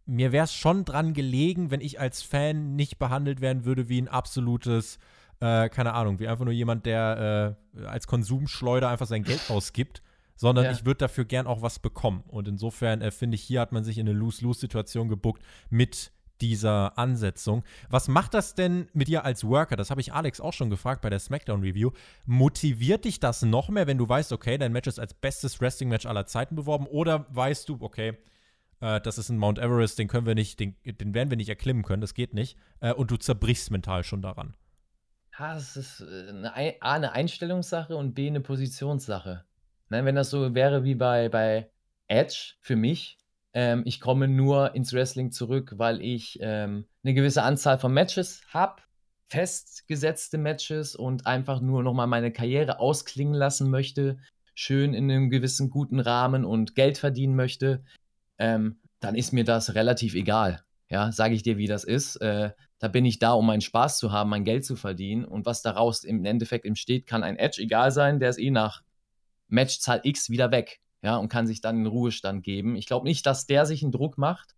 Speaker 1: mir wäre es schon dran gelegen, wenn ich als Fan nicht behandelt werden würde wie ein absolutes, keine Ahnung, wie einfach nur jemand, der als Konsumschleuder einfach sein Geld ausgibt, sondern ich würde dafür gern auch was bekommen. Und insofern finde ich, hier hat man sich in eine Lose-Lose-Situation gebuckt mit dieser Ansetzung. Was macht das denn mit dir als Worker? Das habe ich Alex auch schon gefragt bei der SmackDown-Review. Motiviert dich das noch mehr, wenn du weißt, okay, dein Match ist als bestes Wrestling-Match aller Zeiten beworben? Oder weißt du, okay, das ist ein Mount Everest, den können wir nicht, den werden wir nicht erklimmen können, das geht nicht. Und du zerbrichst mental schon daran.
Speaker 2: Ja, das ist eine Einstellungssache und B, eine Positionssache. Ne, wenn das so wäre wie bei Edge für mich, ich komme nur ins Wrestling zurück, weil ich eine gewisse Anzahl von Matches habe, festgesetzte Matches und einfach nur nochmal meine Karriere ausklingen lassen möchte, schön in einem gewissen guten Rahmen und Geld verdienen möchte, dann ist mir das relativ egal. Ja, sage ich dir, wie das ist. Da bin ich da, um meinen Spaß zu haben, mein Geld zu verdienen. Und was daraus im Endeffekt entsteht, kann ein Edge egal sein, der ist nach Matchzahl X wieder weg. Ja, und kann sich dann in Ruhestand geben. Ich glaube nicht, dass der sich einen Druck macht.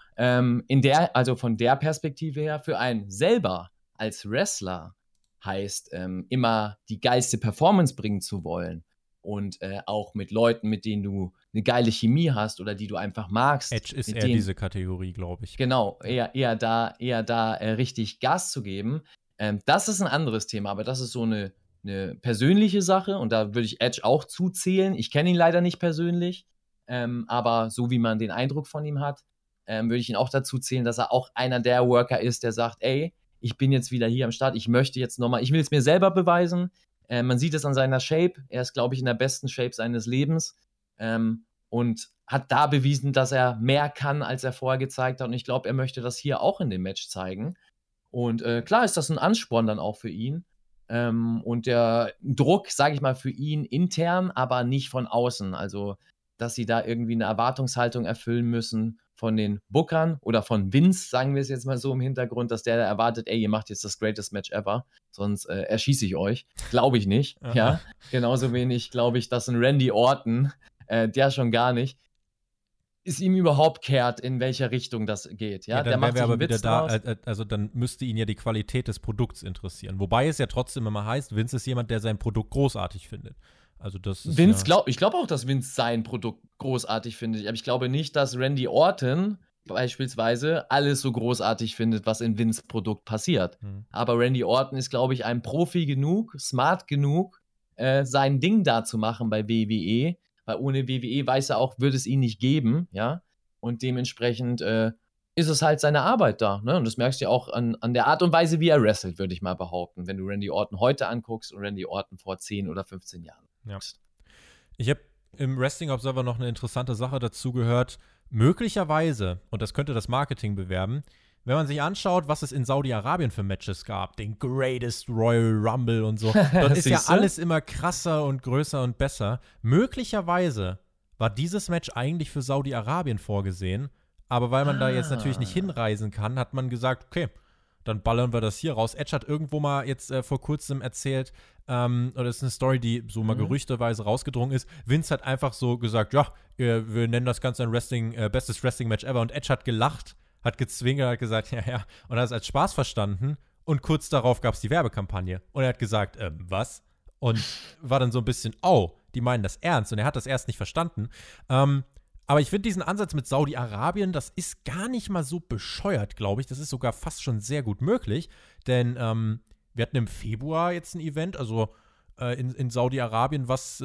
Speaker 2: Also von der Perspektive her, für einen selber als Wrestler heißt, immer die geilste Performance bringen zu wollen. Und auch mit Leuten, mit denen du eine geile Chemie hast oder die du einfach magst.
Speaker 1: Edge ist eher diese Kategorie, glaube ich.
Speaker 2: Genau, eher da richtig Gas zu geben. Das ist ein anderes Thema, aber das ist so eine persönliche Sache und da würde ich Edge auch zuzählen. Ich kenne ihn leider nicht persönlich, aber so wie man den Eindruck von ihm hat, würde ich ihn auch dazu zählen, dass er auch einer der Worker ist, der sagt, ey, ich bin jetzt wieder hier am Start, ich möchte jetzt nochmal, ich will es mir selber beweisen. Man sieht es an seiner Shape. Er ist, glaube ich, in der besten Shape seines Lebens und hat da bewiesen, dass er mehr kann, als er vorher gezeigt hat. Und ich glaube, er möchte das hier auch in dem Match zeigen. Und klar ist das ein Ansporn dann auch für ihn. Und der Druck, sage ich mal, für ihn intern, aber nicht von außen. Also, dass sie da irgendwie eine Erwartungshaltung erfüllen müssen von den Bookern oder von Vince, sagen wir es jetzt mal so im Hintergrund, dass der erwartet, ey, ihr macht jetzt das greatest Match ever, sonst erschieße ich euch. Glaube ich nicht. Ja, genauso wenig glaube ich, dass ein Randy Orton, der schon gar nicht, ist ihm überhaupt kehrt, in welcher Richtung das geht. Ja,
Speaker 1: dann
Speaker 2: der macht
Speaker 1: wären wir aber wieder da,
Speaker 2: draus.
Speaker 1: also dann müsste ihn ja die Qualität des Produkts interessieren. Wobei es ja trotzdem immer heißt, Vince ist jemand, der sein Produkt großartig findet. Also das ist
Speaker 2: ich glaube auch, dass Vince sein Produkt großartig findet. Aber ich glaube nicht, dass Randy Orton beispielsweise alles so großartig findet, was in Vince Produkt passiert. Aber Randy Orton ist, glaube ich, ein Profi genug, smart genug, sein Ding da zu machen bei WWE, weil ohne WWE weiß er auch, würde es ihn nicht geben, ja. Und dementsprechend ist es halt seine Arbeit da, ne? Und das merkst du ja auch an der Art und Weise, wie er wrestelt, würde ich mal behaupten, wenn du Randy Orton heute anguckst und Randy Orton vor 10 oder 15 Jahren.
Speaker 1: Ja. Ich habe im Wrestling Observer noch eine interessante Sache dazu gehört. Möglicherweise, und das könnte das Marketing bewerben, wenn man sich anschaut, was es in Saudi-Arabien für Matches gab, den Greatest Royal Rumble und so, dort ist ja alles immer krasser und größer und besser. Möglicherweise war dieses Match eigentlich für Saudi-Arabien vorgesehen, aber weil man da jetzt natürlich nicht hinreisen kann, hat man gesagt, okay, dann ballern wir das hier raus. Edge hat irgendwo mal jetzt vor kurzem erzählt, oder das ist eine Story, die so mal gerüchteweise rausgedrungen ist. Vince hat einfach so gesagt, ja, wir nennen das Ganze ein bestes Wrestling-Match ever. Und Edge hat gelacht, hat gezwinkert, hat gesagt, ja, und hat es als Spaß verstanden. Und kurz darauf gab es die Werbekampagne. Und er hat gesagt, was? Und war dann so ein bisschen, oh, die meinen das ernst. Und er hat das erst nicht verstanden. Aber ich finde diesen Ansatz mit Saudi-Arabien, das ist gar nicht mal so bescheuert, glaube ich. Das ist sogar fast schon sehr gut möglich. Denn wir hatten im Februar jetzt ein Event, also in Saudi-Arabien, was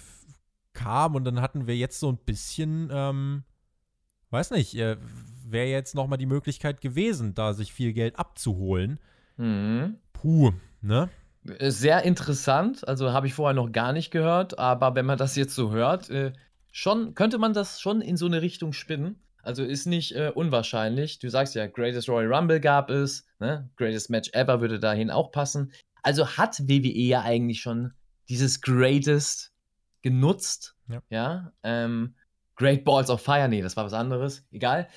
Speaker 1: kam. Und dann hatten wir jetzt so ein bisschen, weiß nicht, wäre jetzt noch mal die Möglichkeit gewesen, da sich viel Geld abzuholen. Puh, ne?
Speaker 2: Sehr interessant, also habe ich vorher noch gar nicht gehört, aber wenn man das jetzt so hört, könnte man das schon in so eine Richtung spinnen. Also ist nicht unwahrscheinlich. Du sagst ja, Greatest Royal Rumble gab es, ne? Greatest Match Ever würde dahin auch passen. Also hat WWE ja eigentlich schon dieses Greatest genutzt. Ja. Great Balls of Fire, nee, das war was anderes. Egal.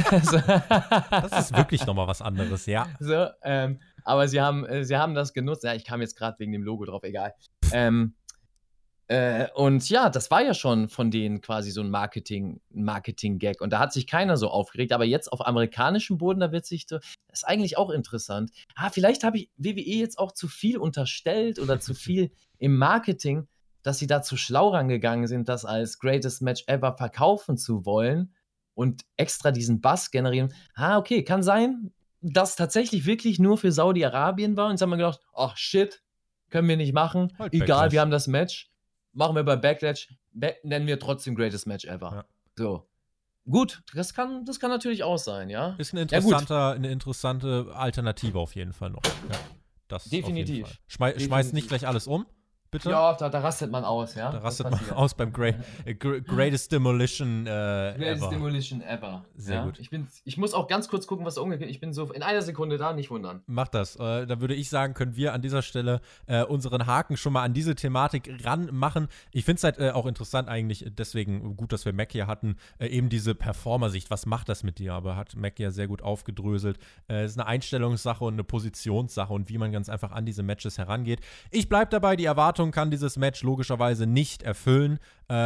Speaker 1: Das ist wirklich nochmal was anderes, ja.
Speaker 2: So, aber sie haben das genutzt. Ja, ich kam jetzt gerade wegen dem Logo drauf, egal. Und ja, das war ja schon von denen quasi so ein Marketing-Gag. Und da hat sich keiner so aufgeregt. Aber jetzt auf amerikanischem Boden, da wird sich das ist eigentlich auch interessant. Vielleicht habe ich WWE jetzt auch zu viel unterstellt oder zu viel im Marketing, dass sie da zu schlau rangegangen sind, das als Greatest Match Ever verkaufen zu wollen und extra diesen Buzz generieren. Okay, kann sein, dass tatsächlich wirklich nur für Saudi-Arabien war. Und jetzt haben wir gedacht, ach shit, können wir nicht machen.
Speaker 1: Halt
Speaker 2: Egal,
Speaker 1: Backlash.
Speaker 2: wir haben das Match. Machen wir bei Backlash, nennen wir trotzdem Greatest Match Ever.
Speaker 1: Ja.
Speaker 2: So. Gut, das kann natürlich auch sein, ja.
Speaker 1: Ist eine interessante Alternative auf jeden Fall noch. Ja, das
Speaker 2: Definitiv.
Speaker 1: Auf jeden Fall. Schmeiß nicht gleich alles um, bitte.
Speaker 2: Ja, da rastet man aus, ja.
Speaker 1: Da rastet man aus beim Greatest Demolition
Speaker 2: Greatest Demolition Ever.
Speaker 1: Sehr gut.
Speaker 2: Ich muss auch ganz kurz gucken, was umgekehrt. Ich bin so in einer Sekunde da, nicht wundern.
Speaker 1: Mach das. Da würde ich sagen, können wir an dieser Stelle unseren Haken schon mal an diese Thematik ranmachen. Ich finde es halt auch interessant eigentlich, deswegen gut, dass wir Mac hier hatten, eben diese Performer-Sicht. Was macht das mit dir? Aber hat Mac ja sehr gut aufgedröselt. Es ist eine Einstellungssache und eine Positionssache und wie man ganz einfach an diese Matches herangeht. Ich bleibe dabei, die Erwartung kann dieses Match logischerweise nicht erfüllen.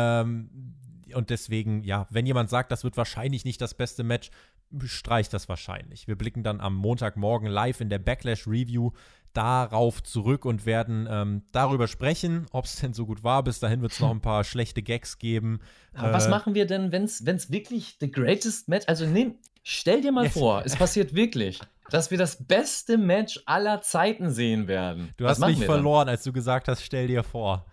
Speaker 1: Und deswegen, ja, wenn jemand sagt, das wird wahrscheinlich nicht das beste Match, streicht das wahrscheinlich. Wir blicken dann am Montagmorgen live in der Backlash-Review darauf zurück und werden darüber sprechen, ob es denn so gut war. Bis dahin wird es noch ein paar schlechte Gags geben.
Speaker 2: Aber was machen wir denn, wenn es wirklich the greatest Match, also stell dir mal vor, es passiert wirklich, dass wir das beste Match aller Zeiten sehen werden.
Speaker 1: Du hast mich verloren, als du gesagt hast, stell dir vor.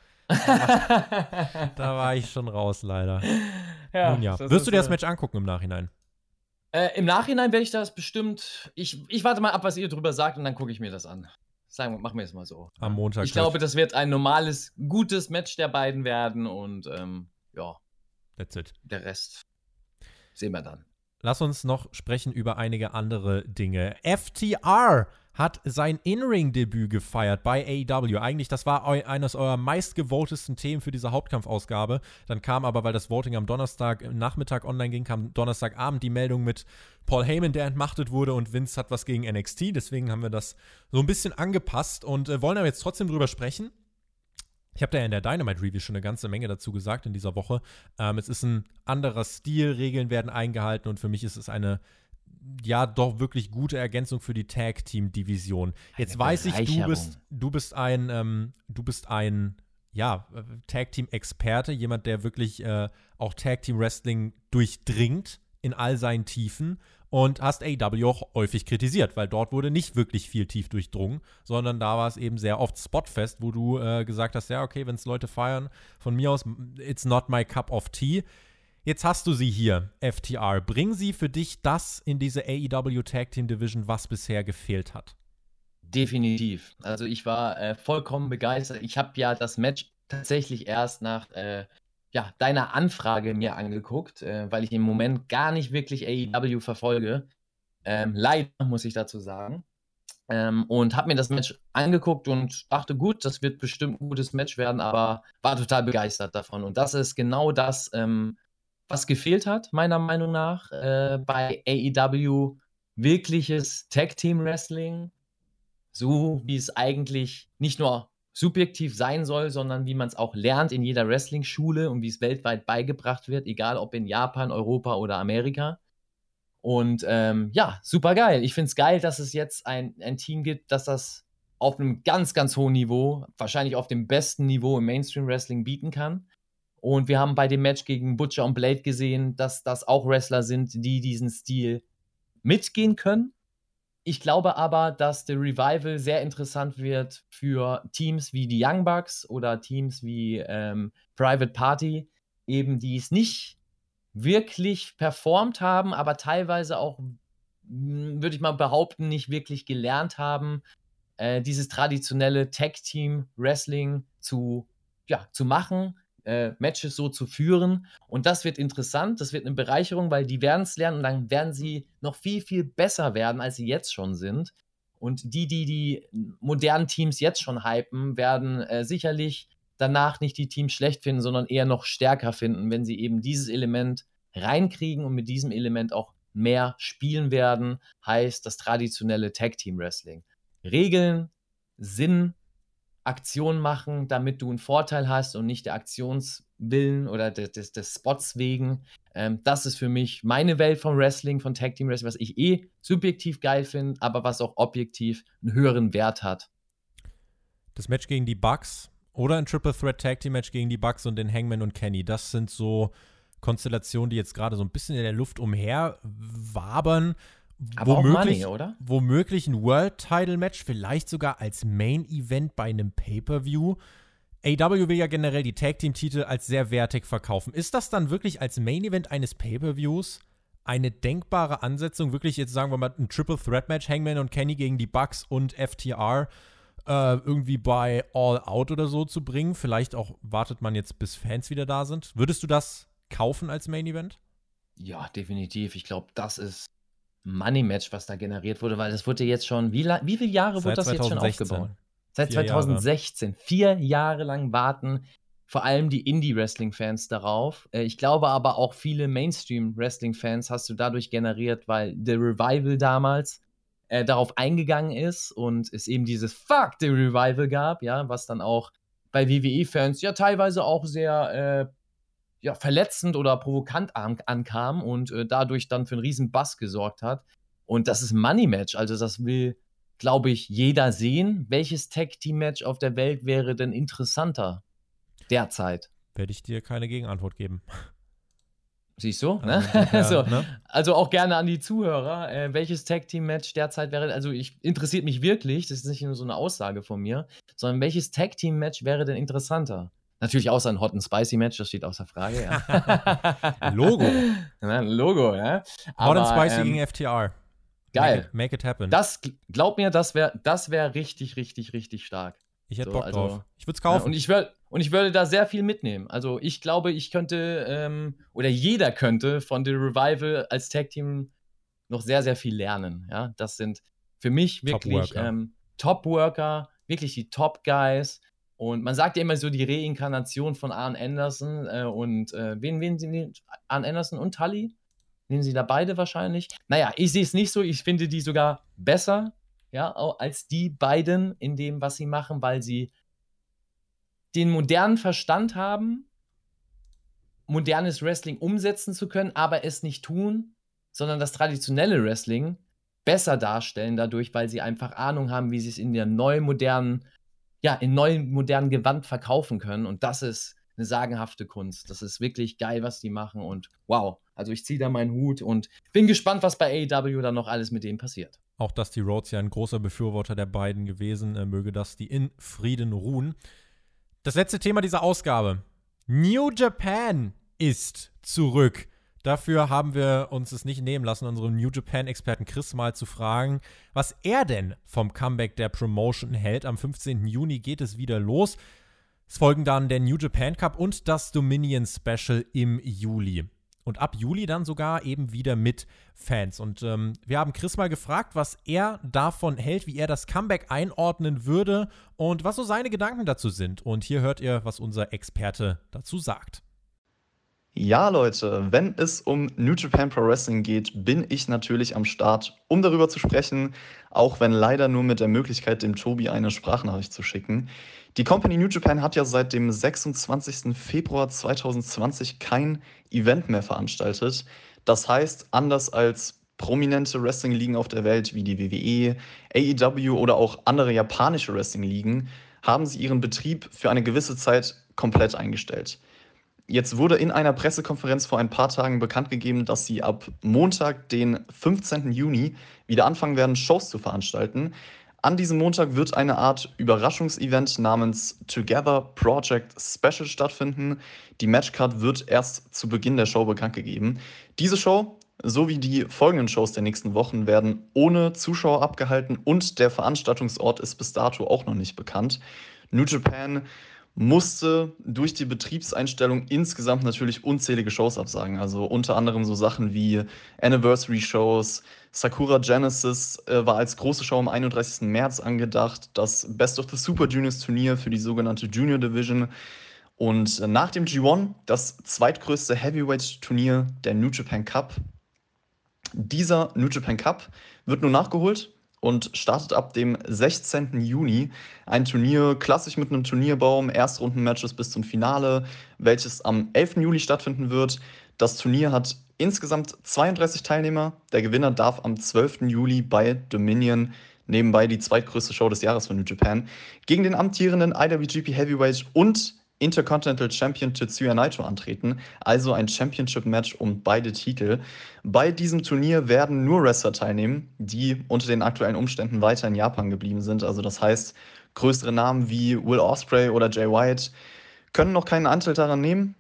Speaker 1: Da war ich schon raus, leider.
Speaker 2: Ja,
Speaker 1: nun ja. Wirst du dir das Match angucken im Nachhinein?
Speaker 2: Im Nachhinein werde ich das bestimmt. Ich warte mal ab, was ihr drüber sagt, und dann gucke ich mir das an. Machen wir es mal so.
Speaker 1: Am Montag.
Speaker 2: Ich glaube, das wird ein normales, gutes Match der beiden werden und ja.
Speaker 1: That's it.
Speaker 2: Der Rest sehen wir dann.
Speaker 1: Lass uns noch sprechen über einige andere Dinge. FTR hat sein In-Ring-Debüt gefeiert bei AEW. Eigentlich, das war eines eurer meistgevotesten Themen für diese Hauptkampfausgabe. Dann kam aber, weil das Voting am Donnerstagnachmittag online ging, kam Donnerstagabend die Meldung mit Paul Heyman, der entmachtet wurde, und Vince hat was gegen NXT. Deswegen haben wir das so ein bisschen angepasst und wollen aber jetzt trotzdem drüber sprechen. Ich habe da ja in der Dynamite-Review schon eine ganze Menge dazu gesagt in dieser Woche. Es ist ein anderer Stil, Regeln werden eingehalten und für mich ist es eine, ja, doch wirklich gute Ergänzung für die Tag-Team-Division. Jetzt weiß ich, du bist ein Tag-Team-Experte, jemand, der wirklich auch Tag-Team-Wrestling durchdringt in all seinen Tiefen. Und hast AEW auch häufig kritisiert, weil dort wurde nicht wirklich viel tief durchdrungen, sondern da war es eben sehr oft Spotfest, wo du gesagt hast, ja, okay, wenn es Leute feiern, von mir aus, it's not my cup of tea. Jetzt hast du sie hier, FTR. Bringen sie für dich das in diese AEW Tag Team Division, was bisher gefehlt hat?
Speaker 2: Definitiv. Also ich war vollkommen begeistert. Ich habe ja das Match tatsächlich erst nach deiner Anfrage mir angeguckt, weil ich im Moment gar nicht wirklich AEW verfolge. Leider, muss ich dazu sagen. Und habe mir das Match angeguckt und dachte, gut, das wird bestimmt ein gutes Match werden, aber war total begeistert davon. Und das ist genau das, was gefehlt hat, meiner Meinung nach, bei AEW. Wirkliches Tag-Team-Wrestling, so wie es eigentlich nicht nur subjektiv sein soll, sondern wie man es auch lernt in jeder Wrestling-Schule und wie es weltweit beigebracht wird, egal ob in Japan, Europa oder Amerika. Und super geil. Ich finde es geil, dass es jetzt ein Team gibt, das das auf einem ganz, ganz hohen Niveau, wahrscheinlich auf dem besten Niveau im Mainstream-Wrestling bieten kann. Und wir haben bei dem Match gegen Butcher und Blade gesehen, dass das auch Wrestler sind, die diesen Stil mitgehen können. Ich glaube aber, dass der Revival sehr interessant wird für Teams wie die Young Bucks oder Teams wie Private Party, eben die es nicht wirklich performt haben, aber teilweise auch, würde ich mal behaupten, nicht wirklich gelernt haben, dieses traditionelle Tag-Team-Wrestling zu machen, Matches so zu führen. Und das wird interessant, das wird eine Bereicherung, weil die werden es lernen und dann werden sie noch viel, viel besser werden, als sie jetzt schon sind. Und die modernen Teams jetzt schon hypen, werden sicherlich danach nicht die Teams schlecht finden, sondern eher noch stärker finden, wenn sie eben dieses Element reinkriegen und mit diesem Element auch mehr spielen werden, heißt das traditionelle Tag-Team-Wrestling. Regeln, Sinn, Aktion machen, damit du einen Vorteil hast und nicht der Aktionswillen oder des Spots wegen. Das ist für mich meine Welt vom Wrestling, von Tag Team Wrestling, was ich subjektiv geil finde, aber was auch objektiv einen höheren Wert hat.
Speaker 1: Das Match gegen die Bucks oder ein Triple Threat Tag Team Match gegen die Bucks und den Hangman und Kenny, das sind so Konstellationen, die jetzt gerade so ein bisschen in der Luft umher wabern.
Speaker 2: Aber auch Money, oder?
Speaker 1: Womöglich ein World-Title-Match, vielleicht sogar als Main-Event bei einem Pay-Per-View. AEW will ja generell die Tag-Team-Titel als sehr wertig verkaufen. Ist das dann wirklich als Main-Event eines Pay-Per-Views eine denkbare Ansetzung? Wirklich jetzt sagen wir mal ein Triple-Threat-Match, Hangman und Kenny gegen die Bucks und FTR irgendwie bei All Out oder so zu bringen? Vielleicht auch wartet man jetzt, bis Fans wieder da sind. Würdest du das kaufen als Main-Event?
Speaker 2: Ja, definitiv. Ich glaube, das ist Money-Match, was da generiert wurde, weil das wurde jetzt schon, wie viele Jahre wurde das jetzt schon aufgebaut? Seit 2016. 4 Jahre lang warten vor allem die Indie-Wrestling-Fans darauf. Ich glaube aber auch viele Mainstream-Wrestling-Fans hast du dadurch generiert, weil The Revival damals darauf eingegangen ist und es eben dieses Fuck the Revival gab, ja, was dann auch bei WWE-Fans ja teilweise auch sehr verletzend oder provokant ankam und dadurch dann für einen riesen Bass gesorgt hat. Und das ist ein Money-Match, also das will, glaube ich, jeder sehen. Welches Tag-Team-Match auf der Welt wäre denn interessanter derzeit?
Speaker 1: Werde ich dir keine Gegenantwort geben.
Speaker 2: Siehst du? Ne? Also auch gerne an die Zuhörer. Welches Tag-Team-Match derzeit wäre, also interessiert mich wirklich, das ist nicht nur so eine Aussage von mir, sondern welches Tag-Team-Match wäre denn interessanter? Natürlich außer ein Hot and Spicy Match, das steht außer Frage. Ja.
Speaker 1: Logo.
Speaker 2: Logo, ja.
Speaker 1: Hot and Spicy gegen FTR.
Speaker 2: Geil.
Speaker 1: Make it happen.
Speaker 2: Glaub mir, das wär richtig, richtig, richtig stark.
Speaker 1: Ich hätte Bock drauf. Ich würde es kaufen.
Speaker 2: Ja, und ich würde da sehr viel mitnehmen. Also ich glaube, ich könnte, oder jeder könnte von The Revival als Tag-Team noch sehr, sehr viel lernen. Ja, das sind für mich wirklich Top-Worker, wirklich die Top-Guys. Und man sagt ja immer so die Reinkarnation von Arn Anderson und wen sind die? Arn Anderson und Tully? Nehmen sie da beide wahrscheinlich? Naja, ich sehe es nicht so. Ich finde die sogar besser, ja, als die beiden in dem, was sie machen, weil sie den modernen Verstand haben, modernes Wrestling umsetzen zu können, aber es nicht tun, sondern das traditionelle Wrestling besser darstellen dadurch, weil sie einfach Ahnung haben, wie sie es in der neuen modernen Gewand verkaufen können. Und das ist eine sagenhafte Kunst. Das ist wirklich geil, was die machen. Und wow, also ich ziehe da meinen Hut und bin gespannt, was bei AEW dann noch alles mit denen passiert.
Speaker 1: Auch Dusty Rhodes ja ein großer Befürworter der beiden gewesen. Möge Dusty in Frieden ruhen. Das letzte Thema dieser Ausgabe. New Japan ist zurück. Dafür haben wir uns es nicht nehmen lassen, unseren New Japan-Experten Chris mal zu fragen, was er denn vom Comeback der Promotion hält. Am 15. Juni geht es wieder los. Es folgen dann der New Japan Cup und das Dominion Special im Juli. Und ab Juli dann sogar eben wieder mit Fans. Und wir haben Chris mal gefragt, was er davon hält, wie er das Comeback einordnen würde und was so seine Gedanken dazu sind. Und hier hört ihr, was unser Experte dazu sagt.
Speaker 3: Ja, Leute, wenn es um New Japan Pro Wrestling geht, bin ich natürlich am Start, um darüber zu sprechen, auch wenn leider nur mit der Möglichkeit, dem Tobi eine Sprachnachricht zu schicken. Die Company New Japan hat ja seit dem 26. Februar 2020 kein Event mehr veranstaltet. Das heißt, anders als prominente Wrestling-Ligen auf der Welt wie die WWE, AEW oder auch andere japanische Wrestling-Ligen, haben sie ihren Betrieb für eine gewisse Zeit komplett eingestellt. Jetzt wurde in einer Pressekonferenz vor ein paar Tagen bekannt gegeben, dass sie ab Montag, den 15. Juni, wieder anfangen werden, Shows zu veranstalten. An diesem Montag wird eine Art Überraschungsevent namens Together Project Special stattfinden. Die Matchcard wird erst zu Beginn der Show bekannt gegeben. Diese Show sowie die folgenden Shows der nächsten Wochen werden ohne Zuschauer abgehalten und der Veranstaltungsort ist bis dato auch noch nicht bekannt. New Japan musste durch die Betriebseinstellung insgesamt natürlich unzählige Shows absagen. Also unter anderem so Sachen wie Anniversary-Shows. Sakura Genesis war als große Show am 31. März angedacht. Das Best of the Super Juniors Turnier für die sogenannte Junior Division. Und nach dem G1 das zweitgrößte Heavyweight-Turnier, der New Japan Cup. Dieser New Japan Cup wird nun nachgeholt und startet ab dem 16. Juni. Ein Turnier, klassisch mit einem Turnierbaum, Erstrundenmatches bis zum Finale, welches am 11. Juli stattfinden wird. Das Turnier hat insgesamt 32 Teilnehmer. Der Gewinner darf am 12. Juli bei Dominion, nebenbei die zweitgrößte Show des Jahres von New Japan, gegen den amtierenden IWGP Heavyweight und Intercontinental Champion Tetsuya Naito antreten, also ein Championship-Match um beide Titel. Bei diesem Turnier werden nur Wrestler teilnehmen, die unter den aktuellen Umständen weiter in Japan geblieben sind. Also das heißt, größere Namen wie Will Ospreay oder Jay White können noch keinen Anteil daran nehmen,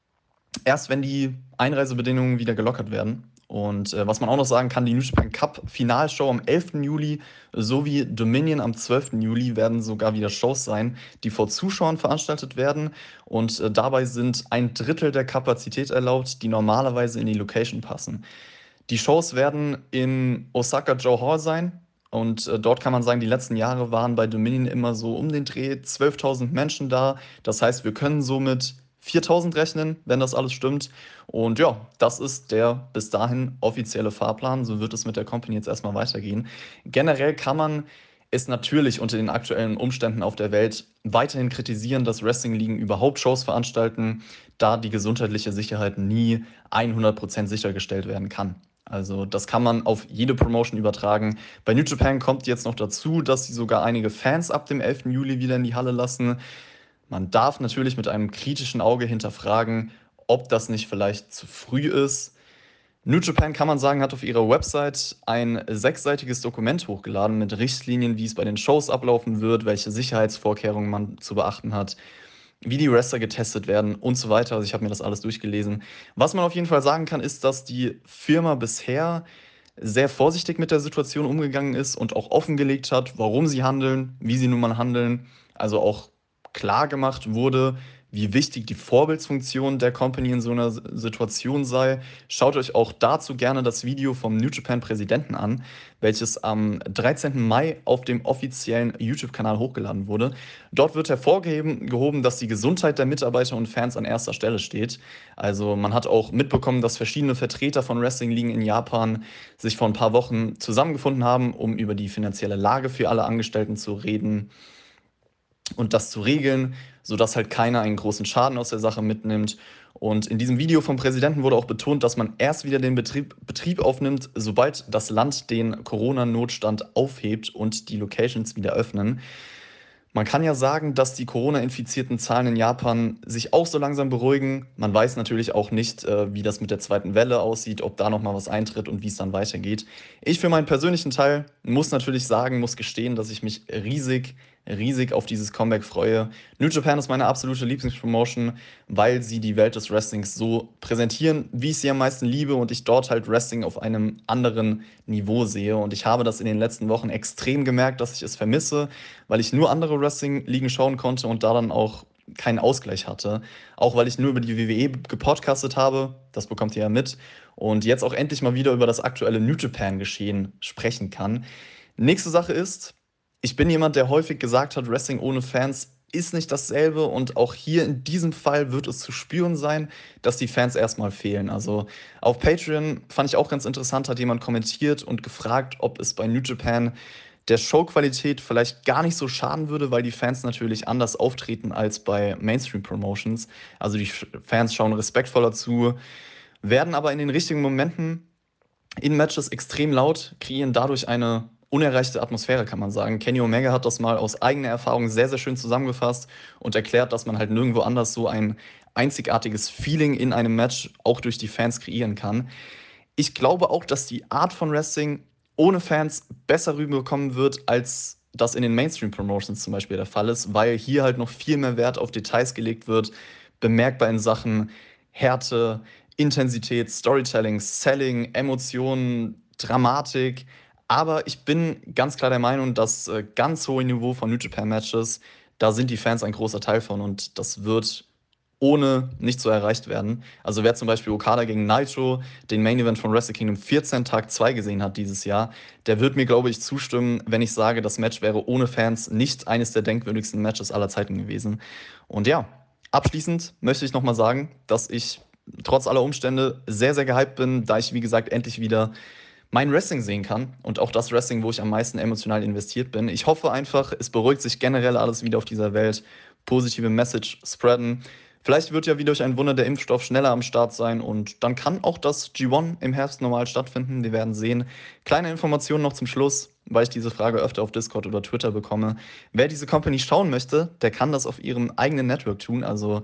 Speaker 3: erst wenn die Einreisebedingungen wieder gelockert werden. Und was man auch noch sagen kann, die New Japan Cup Finalshow am 11. Juli sowie Dominion am 12. Juli werden sogar wieder Shows sein, die vor Zuschauern veranstaltet werden. Und dabei sind 1/3 der Kapazität erlaubt, die normalerweise in die Location passen. Die Shows werden in Osaka Joe Hall sein. Und dort kann man sagen, die letzten Jahre waren bei Dominion immer so um den Dreh 12.000 Menschen da. Das heißt, wir können somit 4.000 rechnen, wenn das alles stimmt. Und ja, das ist der bis dahin offizielle Fahrplan. So wird es mit der Company jetzt erstmal weitergehen. Generell kann man es natürlich unter den aktuellen Umständen auf der Welt weiterhin kritisieren, dass Wrestling-Ligen überhaupt Shows veranstalten, da die gesundheitliche Sicherheit nie 100% sichergestellt werden kann. Also das kann man auf jede Promotion übertragen. Bei New Japan kommt jetzt noch dazu, dass sie sogar einige Fans ab dem 11. Juli wieder in die Halle lassen. Man darf natürlich mit einem kritischen Auge hinterfragen, ob das nicht vielleicht zu früh ist. New Japan, kann man sagen, hat auf ihrer Website ein 6-seitiges Dokument hochgeladen mit Richtlinien, wie es bei den Shows ablaufen wird, welche Sicherheitsvorkehrungen man zu beachten hat, wie die Wrestler getestet werden und so weiter. Also ich habe mir das alles durchgelesen. Was man auf jeden Fall sagen kann, ist, dass die Firma bisher sehr vorsichtig mit der Situation umgegangen ist und auch offengelegt hat, warum sie handeln, wie sie nun mal handeln. Also auch klar gemacht wurde, wie wichtig die Vorbildsfunktion der Company in so einer Situation sei. Schaut euch auch dazu gerne das Video vom New Japan Präsidenten an, welches am 13. Mai auf dem offiziellen YouTube-Kanal hochgeladen wurde. Dort wird hervorgehoben, dass die Gesundheit der Mitarbeiter und Fans an erster Stelle steht. Also man hat auch mitbekommen, dass verschiedene Vertreter von Wrestling-Ligen in Japan sich vor ein paar Wochen zusammengefunden haben, um über die finanzielle Lage für alle Angestellten zu reden und das zu regeln, sodass halt keiner einen großen Schaden aus der Sache mitnimmt. Und in diesem Video vom Präsidenten wurde auch betont, dass man erst wieder den Betrieb aufnimmt, sobald das Land den Corona-Notstand aufhebt und die Locations wieder öffnen. Man kann ja sagen, dass die Corona-infizierten Zahlen in Japan sich auch so langsam beruhigen. Man weiß natürlich auch nicht, wie das mit der zweiten Welle aussieht, ob da nochmal was eintritt und wie es dann weitergeht. Ich für meinen persönlichen Teil muss natürlich sagen, muss gestehen, dass ich mich riesig auf dieses Comeback freue. New Japan ist meine absolute Lieblingspromotion, weil sie die Welt des Wrestlings so präsentieren, wie ich sie am meisten liebe und ich dort halt Wrestling auf einem anderen Niveau sehe. Und ich habe das in den letzten Wochen extrem gemerkt, dass ich es vermisse, weil ich nur andere Wrestling-Ligen schauen konnte und da dann auch keinen Ausgleich hatte. Auch weil ich nur über die WWE gepodcastet habe, das bekommt ihr ja mit, und jetzt auch endlich mal wieder über das aktuelle New Japan-Geschehen sprechen kann. Nächste Sache ist, ich bin jemand, der häufig gesagt hat, Wrestling ohne Fans ist nicht dasselbe, und auch hier in diesem Fall wird es zu spüren sein, dass die Fans erstmal fehlen. Also auf Patreon fand ich auch ganz interessant, hat jemand kommentiert und gefragt, ob es bei New Japan der Showqualität vielleicht gar nicht so schaden würde, weil die Fans natürlich anders auftreten als bei Mainstream-Promotions. Also die Fans schauen respektvoller zu, werden aber in den richtigen Momenten in Matches extrem laut, kreieren dadurch eine unerreichte Atmosphäre, kann man sagen. Kenny Omega hat das mal aus eigener Erfahrung sehr, sehr schön zusammengefasst und erklärt, dass man halt nirgendwo anders so ein einzigartiges Feeling in einem Match auch durch die Fans kreieren kann. Ich glaube auch, dass die Art von Wrestling ohne Fans besser rüberkommen wird, als das in den Mainstream-Promotions zum Beispiel der Fall ist, weil hier halt noch viel mehr Wert auf Details gelegt wird, bemerkbar in Sachen Härte, Intensität, Storytelling, Selling, Emotionen, Dramatik. Aber ich bin ganz klar der Meinung, dass ganz hohe Niveau von New Japan Matches, da sind die Fans ein großer Teil von, und das wird ohne nicht so erreicht werden. Also wer zum Beispiel Okada gegen Naito, den Main Event von Wrestle Kingdom 14 Tag 2 gesehen hat dieses Jahr, der wird mir, glaube ich, zustimmen, wenn ich sage, das Match wäre ohne Fans nicht eines der denkwürdigsten Matches aller Zeiten gewesen. Und ja, abschließend möchte ich nochmal sagen, dass ich trotz aller Umstände sehr, sehr gehypt bin, da ich, wie gesagt, endlich wieder mein Wrestling sehen kann und auch das Wrestling, wo ich am meisten emotional investiert bin. Ich hoffe einfach, es beruhigt sich generell alles wieder auf dieser Welt. Positive Message spreaden. Vielleicht wird ja wie durch ein Wunder der Impfstoff schneller am Start sein und dann kann auch das G1 im Herbst normal stattfinden. Wir werden sehen. Kleine Informationen noch zum Schluss, weil ich diese Frage öfter auf Discord oder Twitter bekomme. Wer diese Company schauen möchte, der kann das auf ihrem eigenen Network tun, also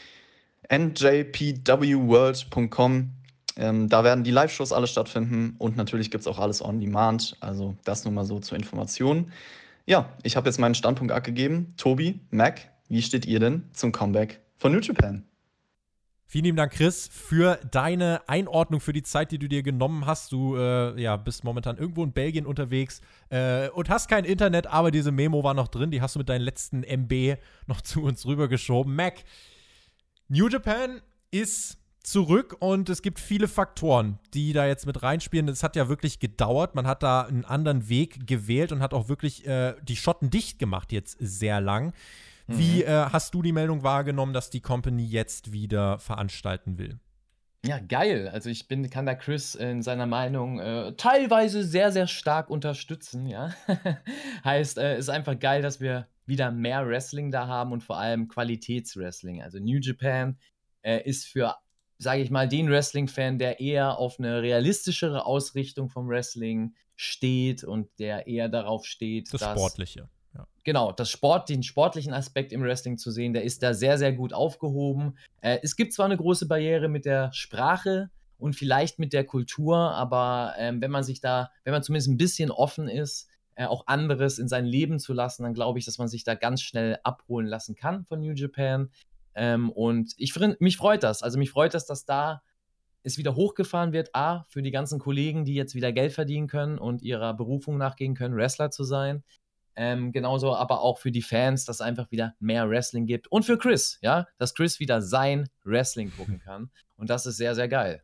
Speaker 3: njpwworld.com. Da werden die Live-Shows alle stattfinden und natürlich gibt es auch alles on demand. Also das nur mal so zur Information. Ja, ich habe jetzt meinen Standpunkt abgegeben. Tobi, Mac, wie steht ihr denn zum Comeback von New Japan?
Speaker 1: Vielen lieben Dank, Chris, für deine Einordnung, für die Zeit, die du dir genommen hast. Du bist momentan irgendwo in Belgien unterwegs und hast kein Internet, aber diese Memo war noch drin. Die hast du mit deinen letzten MB noch zu uns rübergeschoben. Mac, New Japan ist zurück und es gibt viele Faktoren, die da jetzt mit reinspielen. Es hat ja wirklich gedauert. Man hat da einen anderen Weg gewählt und hat auch wirklich die Schotten dicht gemacht jetzt sehr lang. Wie hast du die Meldung wahrgenommen, dass die Company jetzt wieder veranstalten will?
Speaker 2: Ja, geil. Also kann da Chris in seiner Meinung teilweise sehr, sehr stark unterstützen, ja. Heißt, ist einfach geil, dass wir wieder mehr Wrestling da haben und vor allem Qualitätswrestling. Also New Japan ist für, sage ich mal, den Wrestling-Fan, der eher auf eine realistischere Ausrichtung vom Wrestling steht und der eher darauf steht,
Speaker 1: das Sportliche. Ja.
Speaker 2: Genau, den sportlichen Aspekt im Wrestling zu sehen, der ist da sehr, sehr gut aufgehoben. Es gibt zwar eine große Barriere mit der Sprache und vielleicht mit der Kultur, aber wenn man zumindest ein bisschen offen ist, auch anderes in sein Leben zu lassen, dann glaube ich, dass man sich da ganz schnell abholen lassen kann von New Japan. Und mich freut das. Also mich freut das, dass da es wieder hochgefahren wird, für die ganzen Kollegen, die jetzt wieder Geld verdienen können und ihrer Berufung nachgehen können, Wrestler zu sein. Genauso aber auch für die Fans, dass es einfach wieder mehr Wrestling gibt. Und für Chris, ja, dass Chris wieder sein Wrestling gucken kann. Und das ist sehr, sehr geil.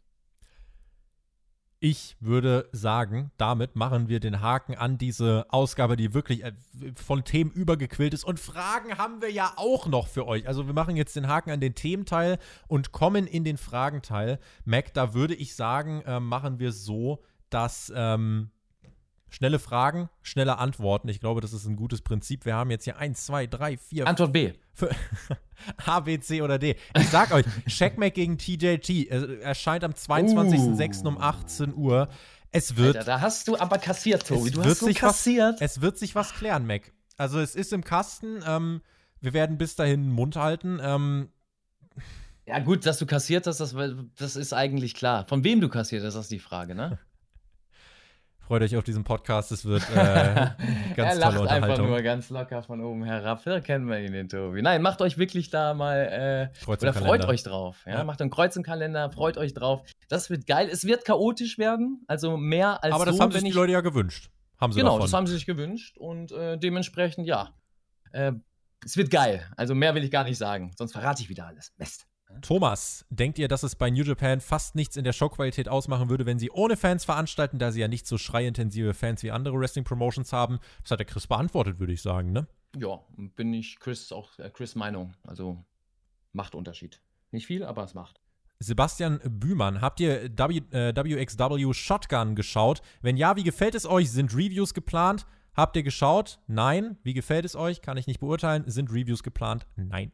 Speaker 1: Ich würde sagen, damit machen wir den Haken an diese Ausgabe, die wirklich von Themen übergequillt ist. Und Fragen haben wir ja auch noch für euch. Also wir machen jetzt den Haken an den Thementeil und kommen in den Fragenteil. Mac, da würde ich sagen, machen wir so, dass schnelle Fragen, schnelle Antworten. Ich glaube, das ist ein gutes Prinzip. Wir haben jetzt hier 1, 2, 3, 4.
Speaker 2: Antwort B.
Speaker 1: A, B, C oder D. Ich sag euch, Checkmate gegen TJT erscheint am 22.06. um 18 Uhr. Es wird.
Speaker 2: Alter, da hast du aber kassiert, Tobi.
Speaker 1: Du hast so kassiert. Es wird sich was klären, Mac. Also, es ist im Kasten. Wir werden bis dahin den Mund halten.
Speaker 2: Ja, gut, dass du kassiert hast, das ist eigentlich klar. Von wem du kassiert hast, das ist die Frage, ne?
Speaker 1: Freut euch auf diesen Podcast, es wird ganz
Speaker 2: er
Speaker 1: tolle
Speaker 2: lacht
Speaker 1: Unterhaltung.
Speaker 2: einfach nur ganz locker von oben herab. Da kennen wir ihn, den Tobi. Nein, macht euch wirklich da mal freut euch drauf. Ja? Macht ein Kreuz im Kalender, freut euch drauf. Das wird geil. Es wird chaotisch werden, also mehr als
Speaker 1: aber das haben sich die Leute ja gewünscht.
Speaker 2: Genau, das haben sie sich gewünscht und dementsprechend, ja. Es wird geil. Also mehr will ich gar nicht sagen, sonst verrate ich wieder alles. Mist.
Speaker 1: Thomas, denkt ihr, dass es bei New Japan fast nichts in der Showqualität ausmachen würde, wenn sie ohne Fans veranstalten, da sie ja nicht so schreiintensive Fans wie andere Wrestling-Promotions haben? Das hat der Chris beantwortet, würde ich sagen, ne?
Speaker 2: Ja, bin ich Chris Meinung. Also macht Unterschied. Nicht viel, aber es macht.
Speaker 1: Sebastian Bühmann, habt ihr WXW Shotgun geschaut? Wenn ja, wie gefällt es euch? Sind Reviews geplant? Habt ihr geschaut? Nein. Wie gefällt es euch? Kann ich nicht beurteilen. Sind Reviews geplant? Nein.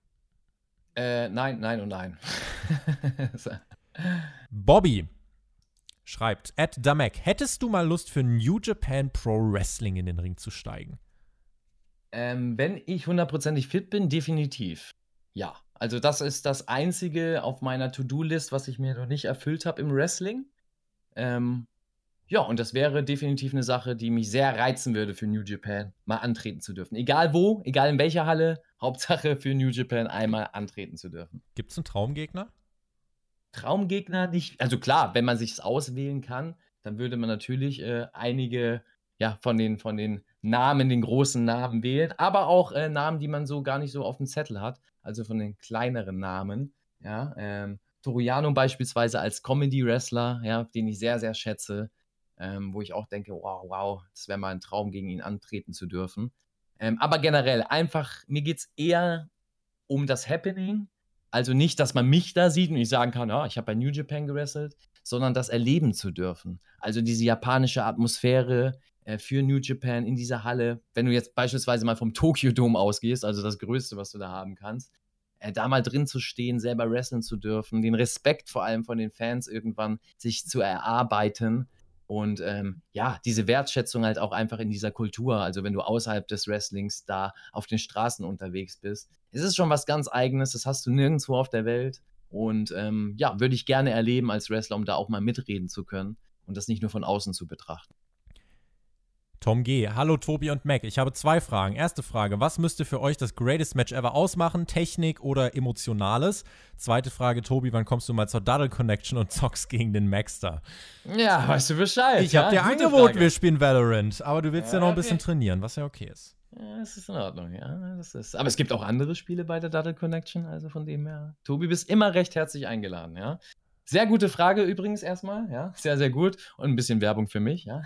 Speaker 2: Nein und nein.
Speaker 1: Bobby schreibt, @Damek, hättest du mal Lust für New Japan Pro Wrestling in den Ring zu steigen?
Speaker 2: Wenn ich 100%ig fit bin, definitiv. Ja, also das ist das Einzige auf meiner To-Do-List, was ich mir noch nicht erfüllt habe im Wrestling. Ja, und das wäre definitiv eine Sache, die mich sehr reizen würde, für New Japan mal antreten zu dürfen. Egal wo, egal in welcher Halle, Hauptsache für New Japan einmal antreten zu dürfen.
Speaker 1: Gibt es einen Traumgegner?
Speaker 2: Traumgegner nicht. Also klar, wenn man sich's auswählen kann, dann würde man natürlich einige von den Namen, den großen Namen wählen, aber auch Namen, die man so gar nicht so auf dem Zettel hat, also von den kleineren Namen. Ja, Toru Yano beispielsweise als Comedy-Wrestler, ja, den ich sehr, sehr schätze. Wo ich auch denke, wow, das wäre mal ein Traum, gegen ihn antreten zu dürfen. Aber generell einfach, mir geht es eher um das Happening. Also nicht, dass man mich da sieht und ich sagen kann, ich habe bei New Japan gewrestelt, sondern das erleben zu dürfen. Also diese japanische Atmosphäre für New Japan in dieser Halle. Wenn du jetzt beispielsweise mal vom Tokyo Dome ausgehst, also das Größte, was du da haben kannst, da mal drin zu stehen, selber wrestlen zu dürfen, den Respekt vor allem von den Fans irgendwann sich zu erarbeiten und diese Wertschätzung halt auch einfach in dieser Kultur, also wenn du außerhalb des Wrestlings da auf den Straßen unterwegs bist. Es ist schon was ganz Eigenes, das hast du nirgendwo auf der Welt und würde ich gerne erleben als Wrestler, um da auch mal mitreden zu können und das nicht nur von außen zu betrachten.
Speaker 1: Tom G. Hallo Tobi und Mac. Ich habe 2 Fragen. Erste Frage, was müsste für euch das Greatest Match Ever ausmachen? Technik oder Emotionales? Zweite Frage, Tobi, wann kommst du mal zur Duddle Connection und zockst gegen den Maxter?
Speaker 2: Ja, weißt du Bescheid.
Speaker 1: Ich habe dir angeboten, wir spielen Valorant, aber du willst ja noch ein bisschen trainieren, was ja okay ist.
Speaker 2: Ja, das ist in Ordnung, ja. Aber es gibt auch andere Spiele bei der Duddle Connection, also von dem her. Tobi, bist immer recht herzlich eingeladen, ja. Sehr gute Frage übrigens erstmal, ja, sehr, sehr gut. Und ein bisschen Werbung für mich, ja.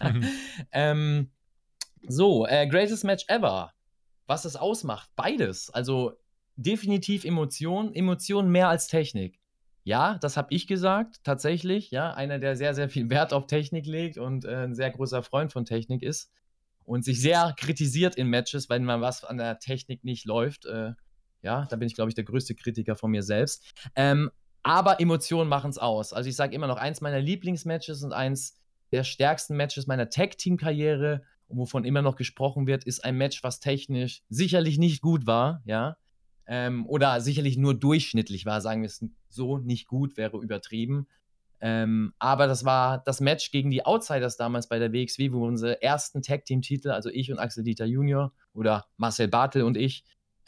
Speaker 2: Greatest Match Ever. Was das ausmacht? Beides. Also definitiv Emotion mehr als Technik. Ja, das habe ich gesagt, tatsächlich. Ja, einer, der sehr, sehr viel Wert auf Technik legt und ein sehr großer Freund von Technik ist und sich sehr kritisiert in Matches, wenn man was an der Technik nicht läuft. Da bin ich, glaube ich, der größte Kritiker von mir selbst. Aber Emotionen machen es aus. Also ich sage immer noch, eins meiner Lieblingsmatches und eins der stärksten Matches meiner Tag-Team-Karriere, wovon immer noch gesprochen wird, ist ein Match, was technisch sicherlich nicht gut war, ja. Oder sicherlich nur durchschnittlich war, sagen wir es so, nicht gut, wäre übertrieben. Aber das war das Match gegen die Outsiders damals bei der WXW, wo wir unsere ersten Tag-Team-Titel, also ich und Axel Dieter Junior oder Marcel Bartel und ich,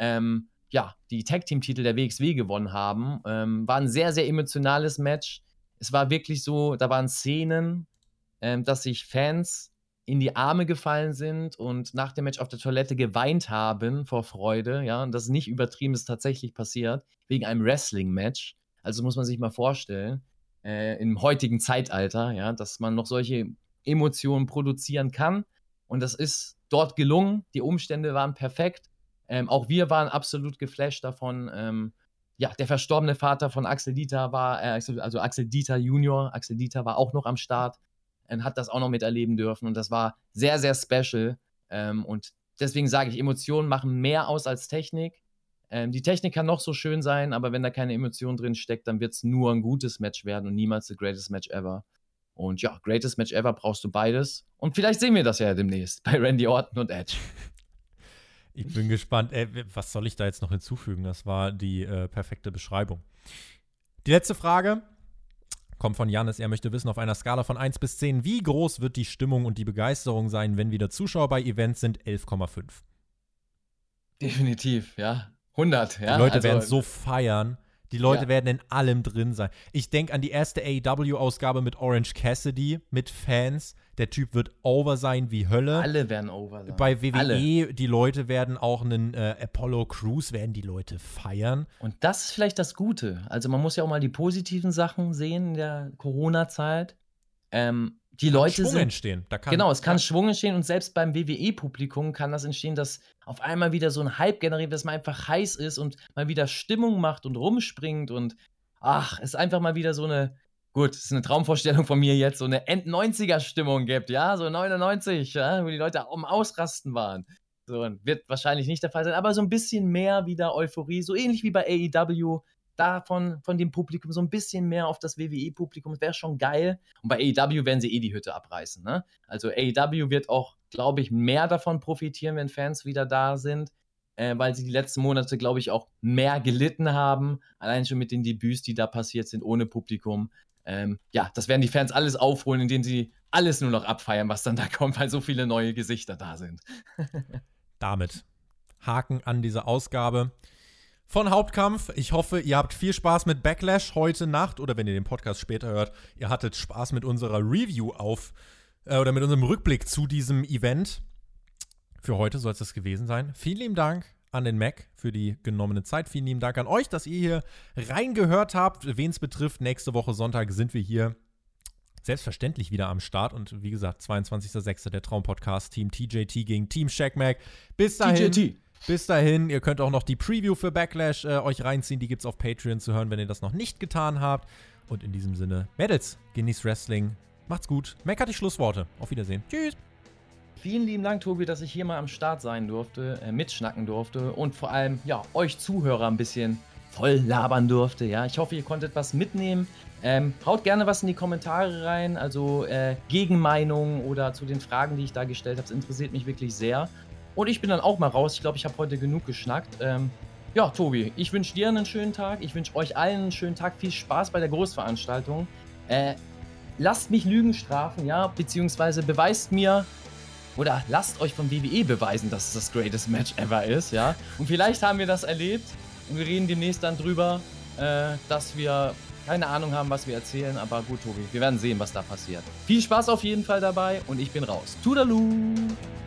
Speaker 2: die Tag-Team-Titel der WXW gewonnen haben. War ein sehr, sehr emotionales Match. Es war wirklich so, da waren Szenen, dass sich Fans in die Arme gefallen sind und nach dem Match auf der Toilette geweint haben vor Freude, ja, und das ist nicht übertrieben, ist tatsächlich passiert, wegen einem Wrestling-Match. Also muss man sich mal vorstellen, im heutigen Zeitalter, ja, dass man noch solche Emotionen produzieren kann und das ist dort gelungen. Die Umstände waren perfekt. Auch wir waren absolut geflasht davon. Der verstorbene Vater von Axel Dieter war, also Axel Dieter Junior, Axel Dieter war auch noch am Start und hat das auch noch miterleben dürfen. Und das war sehr, sehr special. Und deswegen sage ich, Emotionen machen mehr aus als Technik. Die Technik kann noch so schön sein, aber wenn da keine Emotion drin steckt, dann wird es nur ein gutes Match werden und niemals the greatest match ever. Und ja, greatest match ever brauchst du beides. Und vielleicht sehen wir das ja demnächst bei Randy Orton und Edge.
Speaker 1: Ich bin gespannt. Was soll ich da jetzt noch hinzufügen? Das war die perfekte Beschreibung. Die letzte Frage kommt von Jannis. Er möchte wissen, auf einer Skala von 1 bis 10, wie groß wird die Stimmung und die Begeisterung sein, wenn wieder Zuschauer bei Events sind? 11,5.
Speaker 2: Definitiv, ja. 100, ja.
Speaker 1: Die Leute werden so feiern. Die Leute werden in allem drin sein. Ich denke an die erste AEW-Ausgabe mit Orange Cassidy, mit Fans. Der Typ wird over sein wie Hölle.
Speaker 2: Alle werden over sein.
Speaker 1: Bei WWE, die Leute werden auch einen Apollo Crews, werden die Leute feiern.
Speaker 2: Und das ist vielleicht das Gute. Also man muss ja auch mal die positiven Sachen sehen in der Corona-Zeit. Die Leute
Speaker 1: Schwung entstehen.
Speaker 2: Es kann Schwung entstehen und selbst beim WWE-Publikum kann das entstehen, dass auf einmal wieder so ein Hype generiert, dass man einfach heiß ist und mal wieder Stimmung macht und rumspringt und es ist einfach mal wieder so eine, gut, das ist eine Traumvorstellung von mir jetzt, so eine End-90er-Stimmung gibt, ja, so 99, ja, wo die Leute am Ausrasten waren. So, wird wahrscheinlich nicht der Fall sein, aber so ein bisschen mehr wieder Euphorie, so ähnlich wie bei AEW, davon, von dem Publikum, so ein bisschen mehr auf das WWE-Publikum, das wäre schon geil. Und bei AEW werden sie die Hütte abreißen, ne? Also AEW wird auch, glaube ich, mehr davon profitieren, wenn Fans wieder da sind, weil sie die letzten Monate, glaube ich, auch mehr gelitten haben, allein schon mit den Debüts, die da passiert sind, ohne Publikum. Das werden die Fans alles aufholen, indem sie alles nur noch abfeiern, was dann da kommt, weil so viele neue Gesichter da sind.
Speaker 1: Damit Haken an diese Ausgabe von Hauptkampf. Ich hoffe, ihr habt viel Spaß mit Backlash heute Nacht oder wenn ihr den Podcast später hört, ihr hattet Spaß mit unserer Review oder mit unserem Rückblick zu diesem Event. Für heute soll es das gewesen sein. Vielen lieben Dank an den Mac für die genommene Zeit. Vielen lieben Dank an euch, dass ihr hier reingehört habt. Wen es betrifft, nächste Woche Sonntag sind wir hier selbstverständlich wieder am Start. Und wie gesagt, 22.06. der Traumpodcast, Team TJT gegen Team Shaqmac. Bis dahin. TJT. Bis dahin, ihr könnt auch noch die Preview für Backlash euch reinziehen. Die gibt's auf Patreon zu hören, wenn ihr das noch nicht getan habt. Und in diesem Sinne, Mädels, genießt Wrestling. Macht's gut. Mac hat die Schlussworte. Auf Wiedersehen. Tschüss.
Speaker 2: Vielen lieben Dank, Tobi, dass ich hier mal am Start sein durfte, mitschnacken durfte und vor allem, ja, euch Zuhörer ein bisschen voll labern durfte, ja. Ich hoffe, ihr konntet was mitnehmen. Haut gerne was in die Kommentare rein, also Gegenmeinungen oder zu den Fragen, die ich da gestellt habe. Das interessiert mich wirklich sehr. Und ich bin dann auch mal raus. Ich glaube, ich habe heute genug geschnackt. Ja, Tobi, ich wünsche dir einen schönen Tag. Ich wünsche euch allen einen schönen Tag. Viel Spaß bei der Großveranstaltung. Lasst mich Lügen strafen, ja, beziehungsweise beweist mir oder lasst euch vom WWE beweisen, dass es das greatest Match ever ist, ja. Und vielleicht haben wir das erlebt und wir reden demnächst dann drüber, dass wir keine Ahnung haben, was wir erzählen. Aber gut, Tobi, wir werden sehen, was da passiert. Viel Spaß auf jeden Fall dabei und ich bin raus. Toodaloo!